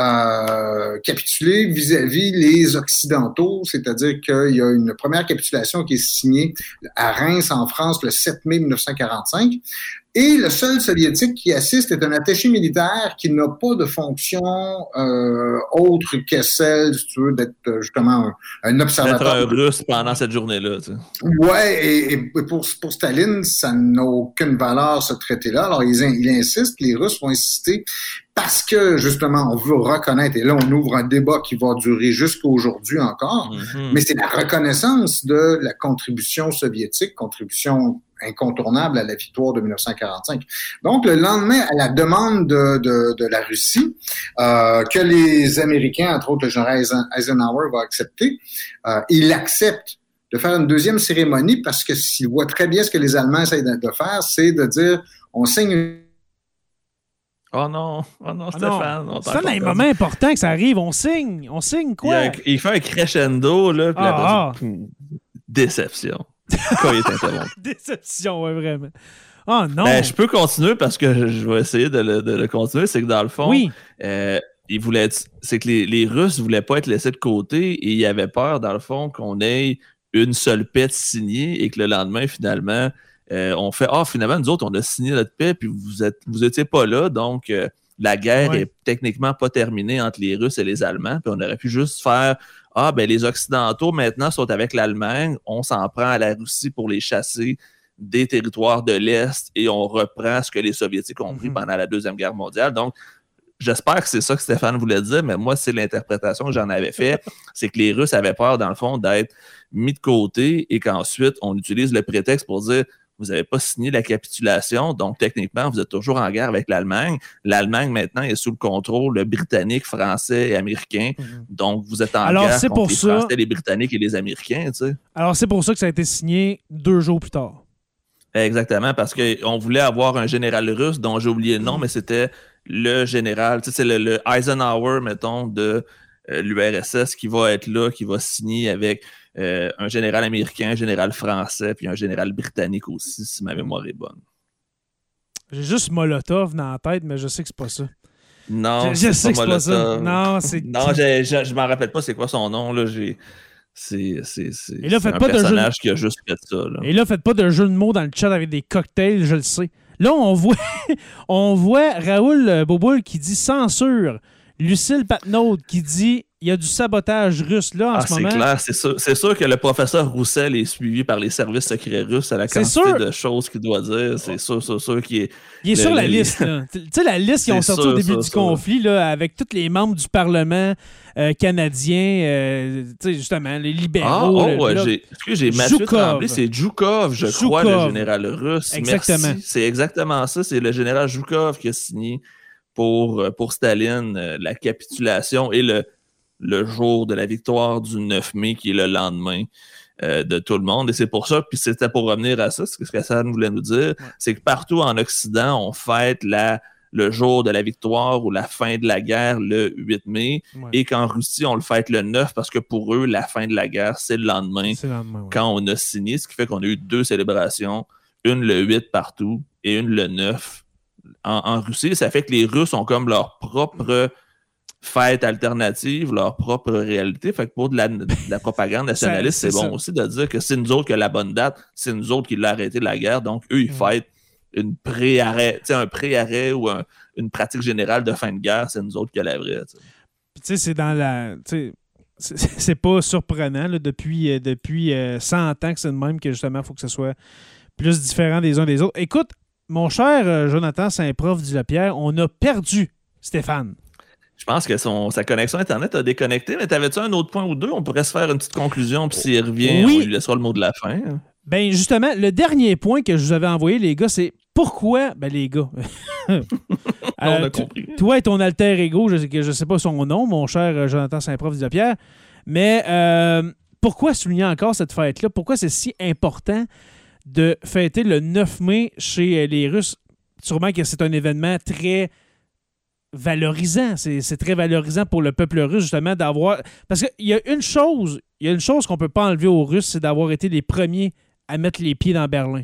Euh, capituler vis-à-vis les Occidentaux, c'est-à-dire qu'il y a une première capitulation qui est signée à Reims, en France, le sept mai dix-neuf cent quarante-cinq, et le seul soviétique qui assiste est un attaché militaire qui n'a pas de fonction euh, autre que celle, si tu veux, d'être justement un, un observateur. D'être un russe pendant cette journée-là. Tu sais. Ouais, et, et pour, pour Staline, ça n'a aucune valeur, ce traité-là. Alors, il, il insiste, les Russes vont insister parce que, justement, on veut reconnaître, et là, on ouvre un débat qui va durer jusqu'à aujourd'hui encore, mm-hmm. mais c'est la reconnaissance de la contribution soviétique, contribution incontournable à la victoire de dix-neuf cent quarante-cinq. Donc, le lendemain, à la demande de, de, de la Russie, euh, que les Américains, entre autres le général Eisenhower, va accepter, euh, il accepte de faire une deuxième cérémonie parce que s'il voit très bien ce que les Allemands essayent de, de faire, c'est de dire, on signe une... Oh non, oh non, Stéphane. Oh c'est un moment important que ça arrive, on signe, on signe quoi? Il, a, il fait un crescendo, là, puis ah, là, ah. déception. Quand il est interrompu. Déception, ouais, vraiment. Oh non! Ben, je peux continuer parce que je vais essayer de le, de le continuer. C'est que dans le fond, oui. euh, il voulait être, c'est que les, les Russes ne voulaient pas être laissés de côté et ils avaient peur, dans le fond, qu'on ait une seule paix signée et que le lendemain, finalement, euh, on fait « Ah, finalement, nous autres, on a signé notre paix puis vous êtes, vous étiez pas là, donc euh, la guerre ouais. est techniquement pas terminée entre les Russes et les Allemands. » Puis on aurait pu juste faire « Ah, ben les Occidentaux, maintenant, sont avec l'Allemagne. On s'en prend à la Russie pour les chasser des territoires de l'Est et on reprend ce que les Soviétiques ont pris mm-hmm. pendant la Deuxième Guerre mondiale. » Donc, j'espère que c'est ça que Stéphane voulait dire, mais moi, c'est l'interprétation que j'en avais fait. C'est que les Russes avaient peur, dans le fond, d'être mis de côté et qu'ensuite, on utilise le prétexte pour dire « Vous n'avez pas signé la capitulation, donc techniquement, vous êtes toujours en guerre avec l'Allemagne. L'Allemagne, maintenant, est sous le contrôle britannique, français et américain. Mm-hmm. Donc, vous êtes en Alors, guerre c'est contre pour les ça... Français, les Britanniques et les Américains. » tu sais. Alors, c'est pour ça que ça a été signé deux jours plus tard. Exactement, parce qu'on voulait avoir un général russe dont j'ai oublié le nom, mais c'était le général, tu sais, c'est le, le Eisenhower, mettons, de euh, l'U R S S qui va être là, qui va signer avec euh, un général américain, un général français, puis un général britannique aussi, si ma mémoire est bonne. J'ai juste Molotov dans la tête, mais je sais que c'est pas ça. Non, je, je c'est sais pas que c'est Molotov. pas ça. Non, c'est... Non, je, je, je m'en rappelle pas c'est quoi son nom, là, j'ai... C'est, c'est, c'est, Et là, c'est faites un pas personnage de jeu... qui a juste fait ça. Là. Et là, faites pas de jeu de mots dans le chat avec des cocktails, je le sais. Là, on voit, on voit Raoul Boboul qui dit censure. Lucille Patnaud qui dit il y a du sabotage russe là en ah, ce moment. C'est clair, c'est sûr, c'est sûr que le professeur Roussel est suivi par les services secrets russes à la c'est quantité sûr. de choses qu'il doit dire. C'est sûr, c'est sûr qu'il est. Il est le, sur la le, liste. Là. Tu sais, la liste qu'ils ont sorti sûr, au début ça, du ça. conflit là, avec tous les membres du Parlement euh, canadien, euh, tu sais, justement, les libéraux. Ah, oh, le, ouais, là, j'ai, excusez, j'ai Mathieu Tremblay, c'est Djoukov, je Zhukov. crois, le général russe. Exactement. Merci. C'est exactement ça. C'est le général Djoukov qui a signé pour, pour Staline euh, la capitulation et le. le jour de la victoire du neuf mai, qui est le lendemain euh, de tout le monde. Et c'est pour ça, puis c'était pour revenir à ça, ce que Hassan voulait nous dire, ouais. c'est que partout en Occident, on fête la, le jour de la victoire ou la fin de la guerre le huit mai, ouais. et qu'en Russie, on le fête le neuf, parce que pour eux, la fin de la guerre, c'est le lendemain, c'est le lendemain ouais. quand on a signé, ce qui fait qu'on a eu deux célébrations, une le huit partout et une le neuf en, en Russie. Ça fait que les Russes ont comme leur propre... fête alternative, leur propre réalité. Fait que pour de la, de la propagande nationaliste, c'est, c'est bon ça. aussi de dire que c'est nous autres qui a la bonne date, c'est nous autres qui l'a arrêté la guerre, donc eux, ils mmh. fêtent une pré-arrêt, un pré-arrêt ou un, une pratique générale de fin de guerre, c'est nous autres qui a la vraie. Tu sais, c'est dans la... C'est, c'est pas surprenant, là, depuis, euh, depuis euh, cent ans que c'est de même que justement, il faut que ce soit plus différent des uns des autres. Écoute, mon cher euh, Jonathan Saint-Prof du Lapierre, on a perdu Stéphane. Je pense que son, sa connexion Internet a déconnecté, mais t'avais-tu un autre point ou deux? On pourrait se faire une petite conclusion, puis s'il revient, oui. on lui laissera le mot de la fin. Ben justement, le dernier point que je vous avais envoyé, les gars, c'est pourquoi... Ben les gars... euh, on a compris. T- toi et ton alter ego, je ne sais pas son nom, mon cher Jonathan Saint-Prof du Lapierre, mais euh, pourquoi souligner encore cette fête-là? Pourquoi c'est si important de fêter le neuf mai chez les Russes? Sûrement que c'est un événement très... valorisant, c'est, c'est très valorisant pour le peuple russe justement d'avoir, parce qu'il y a une chose il y a une chose qu'on peut pas enlever aux Russes, c'est d'avoir été les premiers à mettre les pieds dans Berlin.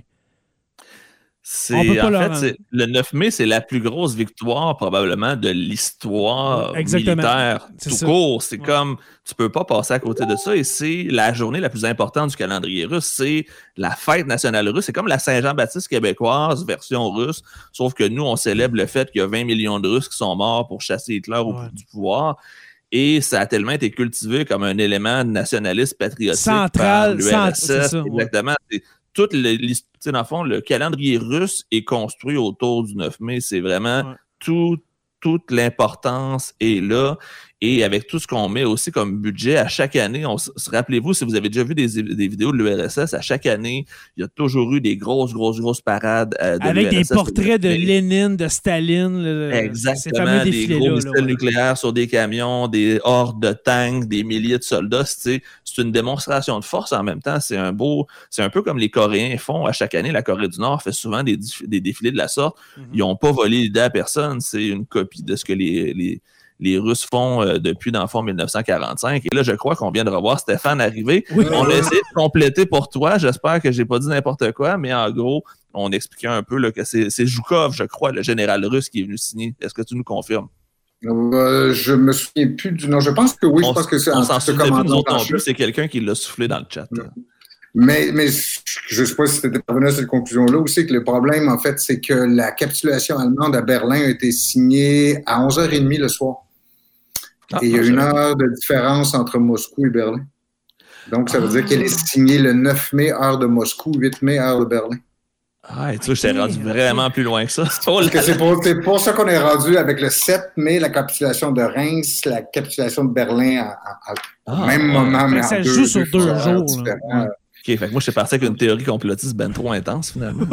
C'est, en fait, c'est, le neuf mai, c'est la plus grosse victoire probablement de l'histoire Exactement. militaire c'est tout ça. court. C'est ouais. comme, tu peux pas passer à côté de ça et c'est la journée la plus importante du calendrier russe. C'est la fête nationale russe. C'est comme la Saint-Jean-Baptiste québécoise, version russe, sauf que nous, on célèbre le fait qu'il y a vingt millions de Russes qui sont morts pour chasser Hitler au ouais. du pouvoir. Et ça a tellement été cultivé comme un élément nationaliste patriotique central, par l'U R S S. C'est ça, Exactement. Ouais. Tout le, dans le fond, le calendrier russe est construit autour du neuf mai. C'est vraiment ouais. tout, toute l'importance est là. Et avec tout ce qu'on met aussi comme budget, à chaque année, on, rappelez-vous, si vous avez déjà vu des, des vidéos de l'U R S S, à chaque année, il y a toujours eu des grosses, grosses, grosses parades euh, de avec l'U R S S. Des portraits de Lénine, de Staline. Le, Exactement, des gros missiles nucléaires sur des camions, des hordes de tanks, des milliers de soldats. C'est, c'est une démonstration de force en même temps. C'est un beau, c'est un peu comme les Coréens font à chaque année. La Corée du Nord fait souvent des, des défilés de la sorte. Mm-hmm. Ils n'ont pas volé l'idée à personne. C'est une copie de ce que les... les les Russes font euh, depuis, dans le fond, dix-neuf cent quarante-cinq. Et là, je crois qu'on vient de revoir Stéphane arriver. Oui. On a essayé de compléter pour toi. J'espère que j'ai pas dit n'importe quoi, mais en gros, on expliquait un peu là, que c'est, c'est Zhukov, je crois, le général russe qui est venu signer. Est-ce que tu nous confirmes? Euh, je me souviens plus du nom. Je pense que oui, on, je pense que c'est on un s'en souvient plus, nous autres non plus. C'est quelqu'un qui l'a soufflé dans le chat. Mm. Mais, mais je ne sais pas si tu étais parvenu à cette conclusion-là aussi, que le problème, en fait, c'est que la capitulation allemande à Berlin a été signée à onze heures trente le soir. Ah, et il y a une heure de différence entre Moscou et Berlin. Donc, ça veut ah. dire qu'elle est signée le neuf mai, heure de Moscou, huit mai, heure de Berlin. Ah, et tu vois, je t'ai rendu vraiment plus loin que ça. Oh là là. C'est, pour, c'est pour ça qu'on est rendu avec le sept mai, la capitulation de Reims, la capitulation de Berlin à, à, à ah, même ouais. moment, mais ça en joue deux, sur deux, deux jours. Ouais. OK, fait que moi, je suis parti avec une théorie complotiste ben trop intense, finalement.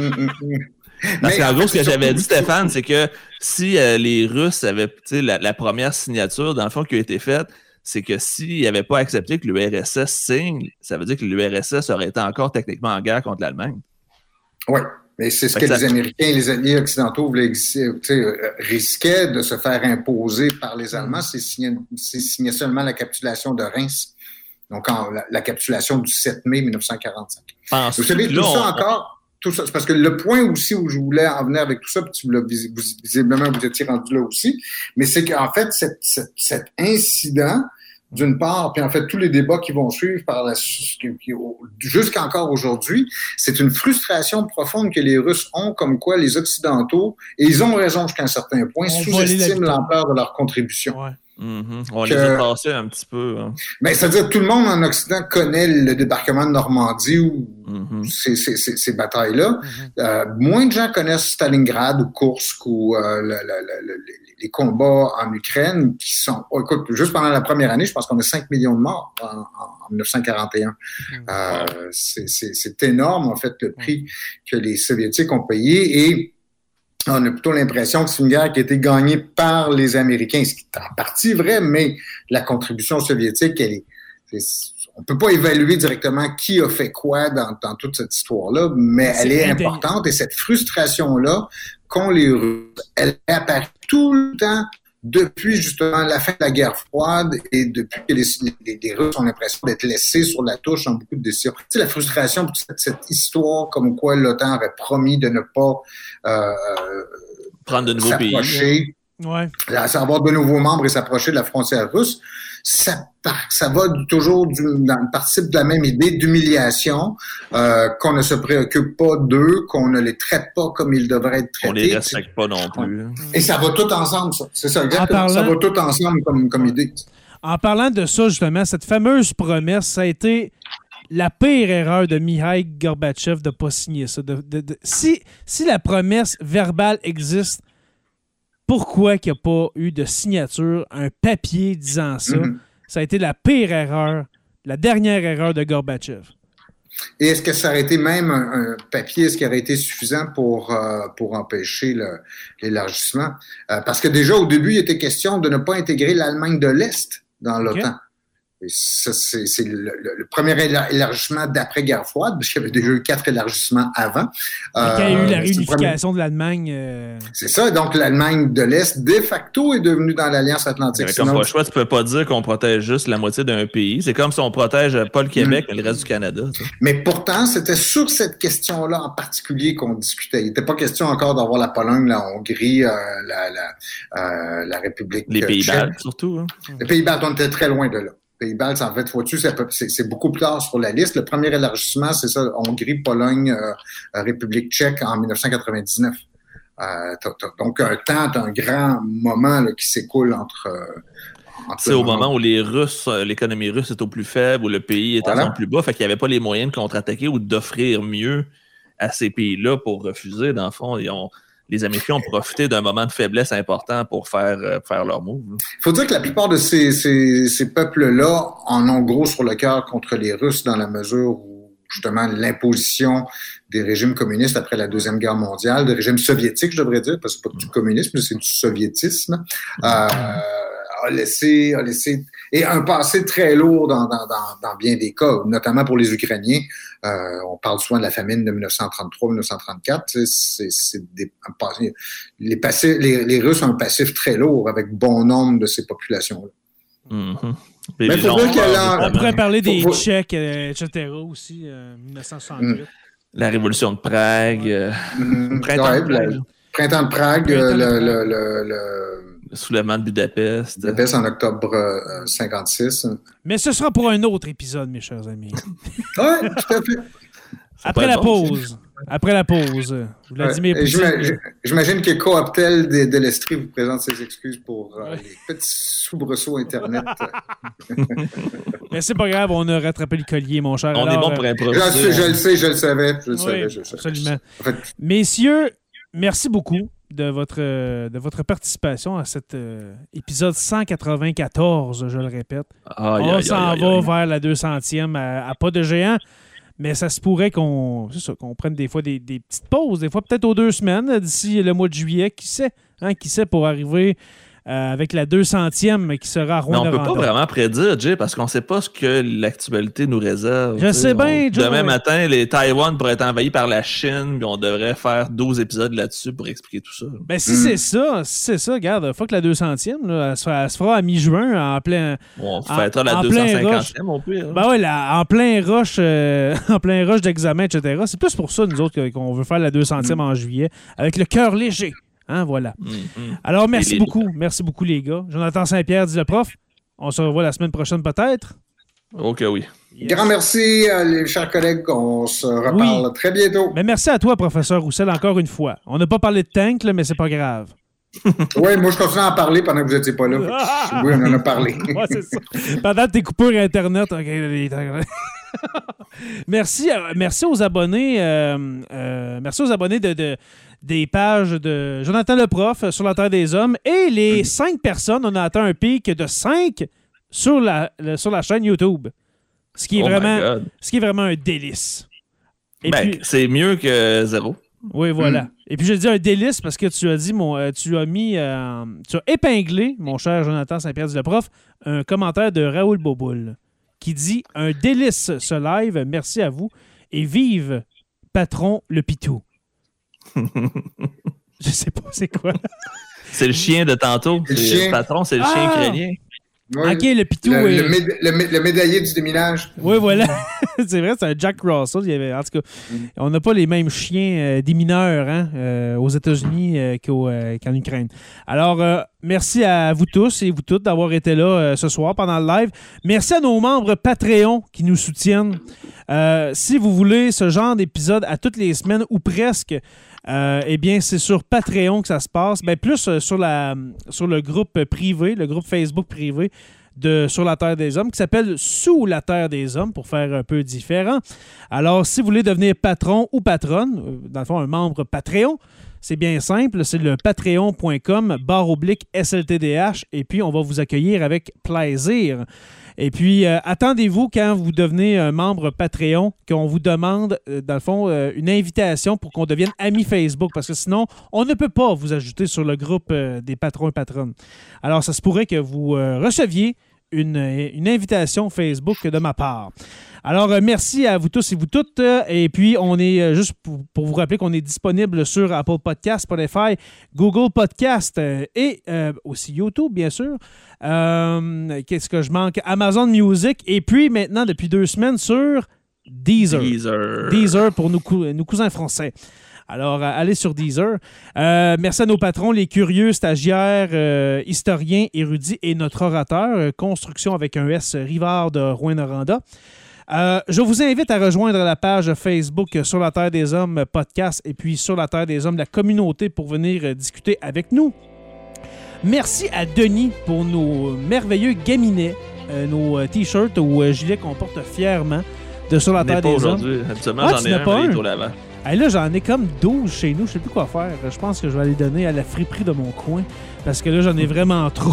Parce qu'en gros, ce que j'avais dit, Stéphane, c'est que si euh, les Russes avaient, tu sais, la, la première signature, dans le fond, qui a été faite, c'est que s'ils n'avaient pas accepté que l'U R S S signe, ça veut dire que l'U R S S aurait été encore techniquement en guerre contre l'Allemagne. Oui, mais c'est ce fait que, que les ça... Américains et les alliés occidentaux voulaient, risquaient de se faire imposer par les Allemands s'ils signaient, s'ils signaient seulement la capitulation de Reims. Donc, en, la, la capitulation du sept mai dix-neuf cent quarante-cinq. Vous savez, tout ça on... encore... Tout ça, c'est parce que le point aussi où je voulais en venir avec tout ça, puis tu l'as, visiblement vous étiez rendu là aussi, mais c'est qu'en fait, cet, cet, cet incident, d'une part, puis en fait, tous les débats qui vont suivre par la, jusqu'à encore aujourd'hui, c'est une frustration profonde que les Russes ont, comme quoi les Occidentaux, et ils ont raison jusqu'à un certain point, on sous-estiment l'ampleur de leur contribution. Ouais. Mm-hmm. On que, les a passés un petit peu. Hein. Ben, c'est-à-dire que tout le monde en Occident connaît le débarquement de Normandie ou mm-hmm. ces, ces, ces, ces batailles-là. Mm-hmm. Euh, moins de gens connaissent Stalingrad ou Kursk ou euh, le, le, le, les combats en Ukraine qui sont... Oh, écoute, juste pendant la première année, je pense qu'on a cinq millions de morts en, en, en dix-neuf cent quarante et un. Mm-hmm. Euh, c'est, c'est, c'est énorme, en fait, le prix que les Soviétiques ont payé et on a plutôt l'impression que c'est une guerre qui a été gagnée par les Américains, ce qui est en partie vrai, mais la contribution soviétique, elle est, c'est, on peut pas évaluer directement qui a fait quoi dans, dans toute cette histoire-là, mais c'est elle est indéniable. Importante et cette frustration-là qu'ont les Russes, elle apparaît tout le temps depuis justement la fin de la guerre froide et depuis que les, les, les Russes ont l'impression d'être laissés sur la touche dans beaucoup de décisions. Tu sais, la frustration pour cette, cette histoire comme quoi l'OTAN avait promis de ne pas euh, prendre de nouveaux pays, ouais. avoir de nouveaux membres et s'approcher de la frontière russe. Ça, ça va toujours du, dans, participe de la même idée d'humiliation, euh, qu'on ne se préoccupe pas d'eux, qu'on ne les traite pas comme ils devraient être traités. On les respecte pas non plus. Et ça va tout ensemble, ça. C'est ça, exactement. Parlant, ça va tout ensemble comme, comme idée. En parlant de ça, justement, cette fameuse promesse, ça a été la pire erreur de Mikhail Gorbatchev de ne pas signer ça. De, de, de, si, si la promesse verbale existe, pourquoi il n'y a pas eu de signature, un papier disant ça? Mm-hmm. Ça a été la pire erreur, la dernière erreur de Gorbatchev. Et est-ce que ça aurait été même un, un papier, est-ce qu'il aurait été suffisant pour, euh, pour empêcher le, l'élargissement? Euh, parce que déjà, au début, il était question de ne pas intégrer l'Allemagne de l'Est dans l'OTAN. Okay. Et ça, c'est, c'est le, le, le premier élargissement d'après-guerre froide, parce qu'il y avait déjà eu quatre élargissements avant. Euh, quand il y a eu la réunification de l'Allemagne... Euh... C'est ça, donc l'Allemagne de l'Est, de facto, est devenue dans l'Alliance Atlantique. Mais comme pas le choix, tu peux pas dire qu'on protège juste la moitié d'un pays. C'est comme si on protège pas le Québec, mmh. mais le reste du Canada. Ça. Mais pourtant, c'était sur cette question-là en particulier qu'on discutait. Il n'était pas question encore d'avoir la Pologne, la Hongrie, euh, la, la, euh, la République Les Pays-Baltes, surtout. Hein. Les Pays-Baltes, on était très loin de là. Pays-Baltes, en fait, vois-tu, c'est, c'est, c'est beaucoup plus tard sur la liste. Le premier élargissement, c'est ça, Hongrie, Pologne, euh, République tchèque en dix-neuf cent quatre-vingt-dix-neuf. Euh, t'as, t'as, donc, un temps, un grand moment là, qui s'écoule entre... Euh, entre c'est au moment, moment où les Russes, l'économie russe est au plus faible, où le pays est voilà. à son plus bas, fait qu'il n'y avait pas les moyens de contre-attaquer ou d'offrir mieux à ces pays-là pour refuser. Dans le fond, ils ont... les Américains ont profité d'un moment de faiblesse important pour faire, euh, faire leur move. Il faut dire que la plupart de ces, ces, ces peuples-là en ont gros sur le cœur contre les Russes dans la mesure où, justement, l'imposition des régimes communistes après la Deuxième Guerre mondiale, des régimes soviétiques, je devrais dire, parce que c'est pas du communisme, c'est du soviétisme, euh, a laissé, a laissé, et un passé très lourd dans, dans, dans, dans bien des cas, notamment pour les Ukrainiens. Euh, on parle souvent de la famine de dix-neuf cent trente-trois dix-neuf cent trente-quatre. C'est, c'est des, les, passifs, les, les Russes ont un passif très lourd avec bon nombre de ces populations-là. Mm-hmm. Mais faut dire qu'elle a... On pourrait parler des faut... Tchèques, euh, et cetera aussi, euh, dix-neuf cent soixante-huit. Mm. La révolution de Prague. Euh, mm. Printemps, ouais, de Prague. Le printemps de Prague, printemps le, de Prague. Le, le, le, le soulèvement de Budapest. Budapest en octobre euh, cinquante-six. Mais ce sera pour un autre épisode, mes chers amis. Oui, tout à fait. Après la pause. Après la pause. Vladimir ouais. Poutine. J'imagine que Cooptel de, de l'Estrie vous présente ses excuses pour euh, ouais. les petits soubresauts Internet. Mais c'est pas grave, on a rattrapé le collier, mon cher. On Alors, est bon pour improviser. Je, je le sais, je le savais. Je le oui, savais, je le savais. Absolument. En fait, messieurs, merci beaucoup de votre, de votre participation à cet euh, épisode cent quatre-vingt-quatorze, je le répète. Aïe, on aïe, s'en aïe, va aïe. vers la deux centième à, à pas de géant. Mais ça se pourrait qu'on, c'est ça, qu'on prenne des fois des, des petites pauses, des fois peut-être aux deux semaines, d'ici le mois de juillet, qui sait, hein, qui sait pour arriver euh, avec la deux centième qui sera à Rouyn-Noranda. Mais on peut pas vraiment prédire, Jay, parce qu'on ne sait pas ce que l'actualité nous réserve. Je sais bien, Joe. Demain matin, les Taïwan pourraient être envahis par la Chine, puis on devrait faire douze épisodes là-dessus pour expliquer tout ça. Ben si mm. c'est ça, si c'est ça, regarde, faut que la deux centième, là, elle, se fera, elle se fera à mi-juin, en plein... On fêtera la deux cent cinquantième au pire. Ben ouais, là, en plein rush, euh, en plein rush d'examen, et cetera. C'est plus pour ça, nous autres, qu'on veut faire la deux centième mm. en juillet, avec le cœur léger. Hein, voilà. Mm-hmm. Alors, merci les... beaucoup. Merci beaucoup, les gars. Jonathan Saint-Pierre, dit le prof. On se revoit la semaine prochaine, peut-être. OK, oui. Yes. Grand merci, les chers collègues. On se reparle oui. très bientôt. Mais merci à toi, professeur Roussel, encore une fois. On n'a pas parlé de tank, là, mais c'est pas grave. Oui, moi, je continue à en parler pendant que vous n'étiez pas là. Oui, on en a parlé. Ouais, c'est ça. Pendant tes coupures Internet. Okay. merci, euh, merci aux abonnés. Euh, euh, merci aux abonnés de... de des pages de Jonathan le prof sur la Terre des Hommes et les cinq personnes, on a atteint un pic de cinq sur la, le, sur la chaîne YouTube. Ce qui est, oh vraiment, ce qui est vraiment un délice. Et ben, puis, c'est mieux que zéro. Oui, voilà. Mm. Et puis je dis un délice parce que tu as dit, mon, euh, tu as mis, euh, tu as épinglé, mon cher Jonathan Saint-Pierre le prof, un commentaire de Raoul Boboul qui dit « Un délice ce live, merci à vous et vive Patron le Pitou ». Je sais pas c'est quoi. C'est le chien de tantôt. Le, c'est le patron, c'est le ah! chien ukrainien. Oui. OK, le pitou. Le, est... le, méda- le, le médaillé du déminage. Oui, voilà. C'est vrai, c'est un Jack Russell. Il y avait, en tout cas, mm. on n'a pas les mêmes chiens euh, démineurs hein, euh, aux États-Unis euh, qu'au, euh, qu'en Ukraine. Alors, euh, merci à vous tous et vous toutes d'avoir été là euh, ce soir pendant le live. Merci à nos membres Patreon qui nous soutiennent. Euh, si vous voulez ce genre d'épisode à toutes les semaines ou presque, Euh, eh bien, c'est sur Patreon que ça se passe. Ben, plus euh, sur, la, sur le groupe privé, le groupe Facebook privé de Sur la Terre des Hommes, qui s'appelle Sous la Terre des Hommes, pour faire un peu différent. Alors, si vous voulez devenir patron ou patronne, dans le fond, un membre Patreon, c'est bien simple, c'est le patreon.com barre oblique SLTDH, et puis on va vous accueillir avec plaisir. Et puis, euh, attendez-vous quand vous devenez un membre Patreon qu'on vous demande, euh, dans le fond, euh, une invitation pour qu'on devienne ami Facebook, parce que sinon, on ne peut pas vous ajouter sur le groupe euh, des patrons et patronnes. Alors, ça se pourrait que vous euh, receviez une, une invitation Facebook de ma part. Alors, euh, merci à vous tous et vous toutes. Euh, et puis, on est, euh, juste pour, pour vous rappeler qu'on est disponible sur Apple Podcasts, Spotify, Google Podcasts euh, et euh, aussi YouTube, bien sûr. Euh, qu'est-ce que je manque? Amazon Music. Et puis, maintenant, depuis deux semaines, sur Deezer. Deezer. Deezer pour nos, cou- nos cousins français. Alors, euh, allez sur Deezer. Euh, merci à nos patrons, les curieux, stagiaires, euh, historiens, érudits et notre orateur, euh, Construction avec un S, Rivard de Rouyn-Noranda. Euh, je vous invite à rejoindre la page Facebook Sur la Terre des Hommes podcast et puis Sur la Terre des Hommes, la communauté, pour venir euh, discuter avec nous. Merci à Denis pour nos merveilleux gaminets, euh, nos euh, t-shirts ou euh, gilets qu'on porte fièrement de Sur la Terre des Hommes. Habituellement, ah, j'en ai un, mais il est au lavant. Hey, là, j'en ai comme douze chez nous. Je sais plus quoi faire. Je pense que je vais aller donner à la friperie de mon coin. Parce que là, j'en ai vraiment trop.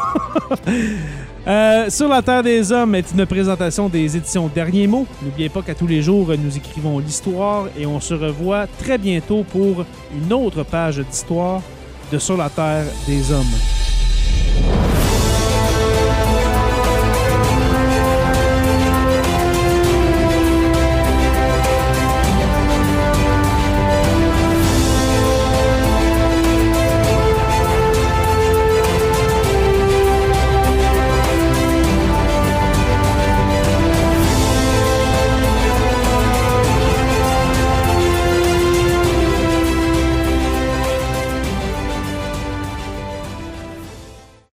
euh, Sur la Terre des Hommes est une présentation des éditions Derniers Mots. N'oubliez pas qu'à tous les jours, nous écrivons l'histoire et on se revoit très bientôt pour une autre page d'histoire de Sur la Terre des Hommes.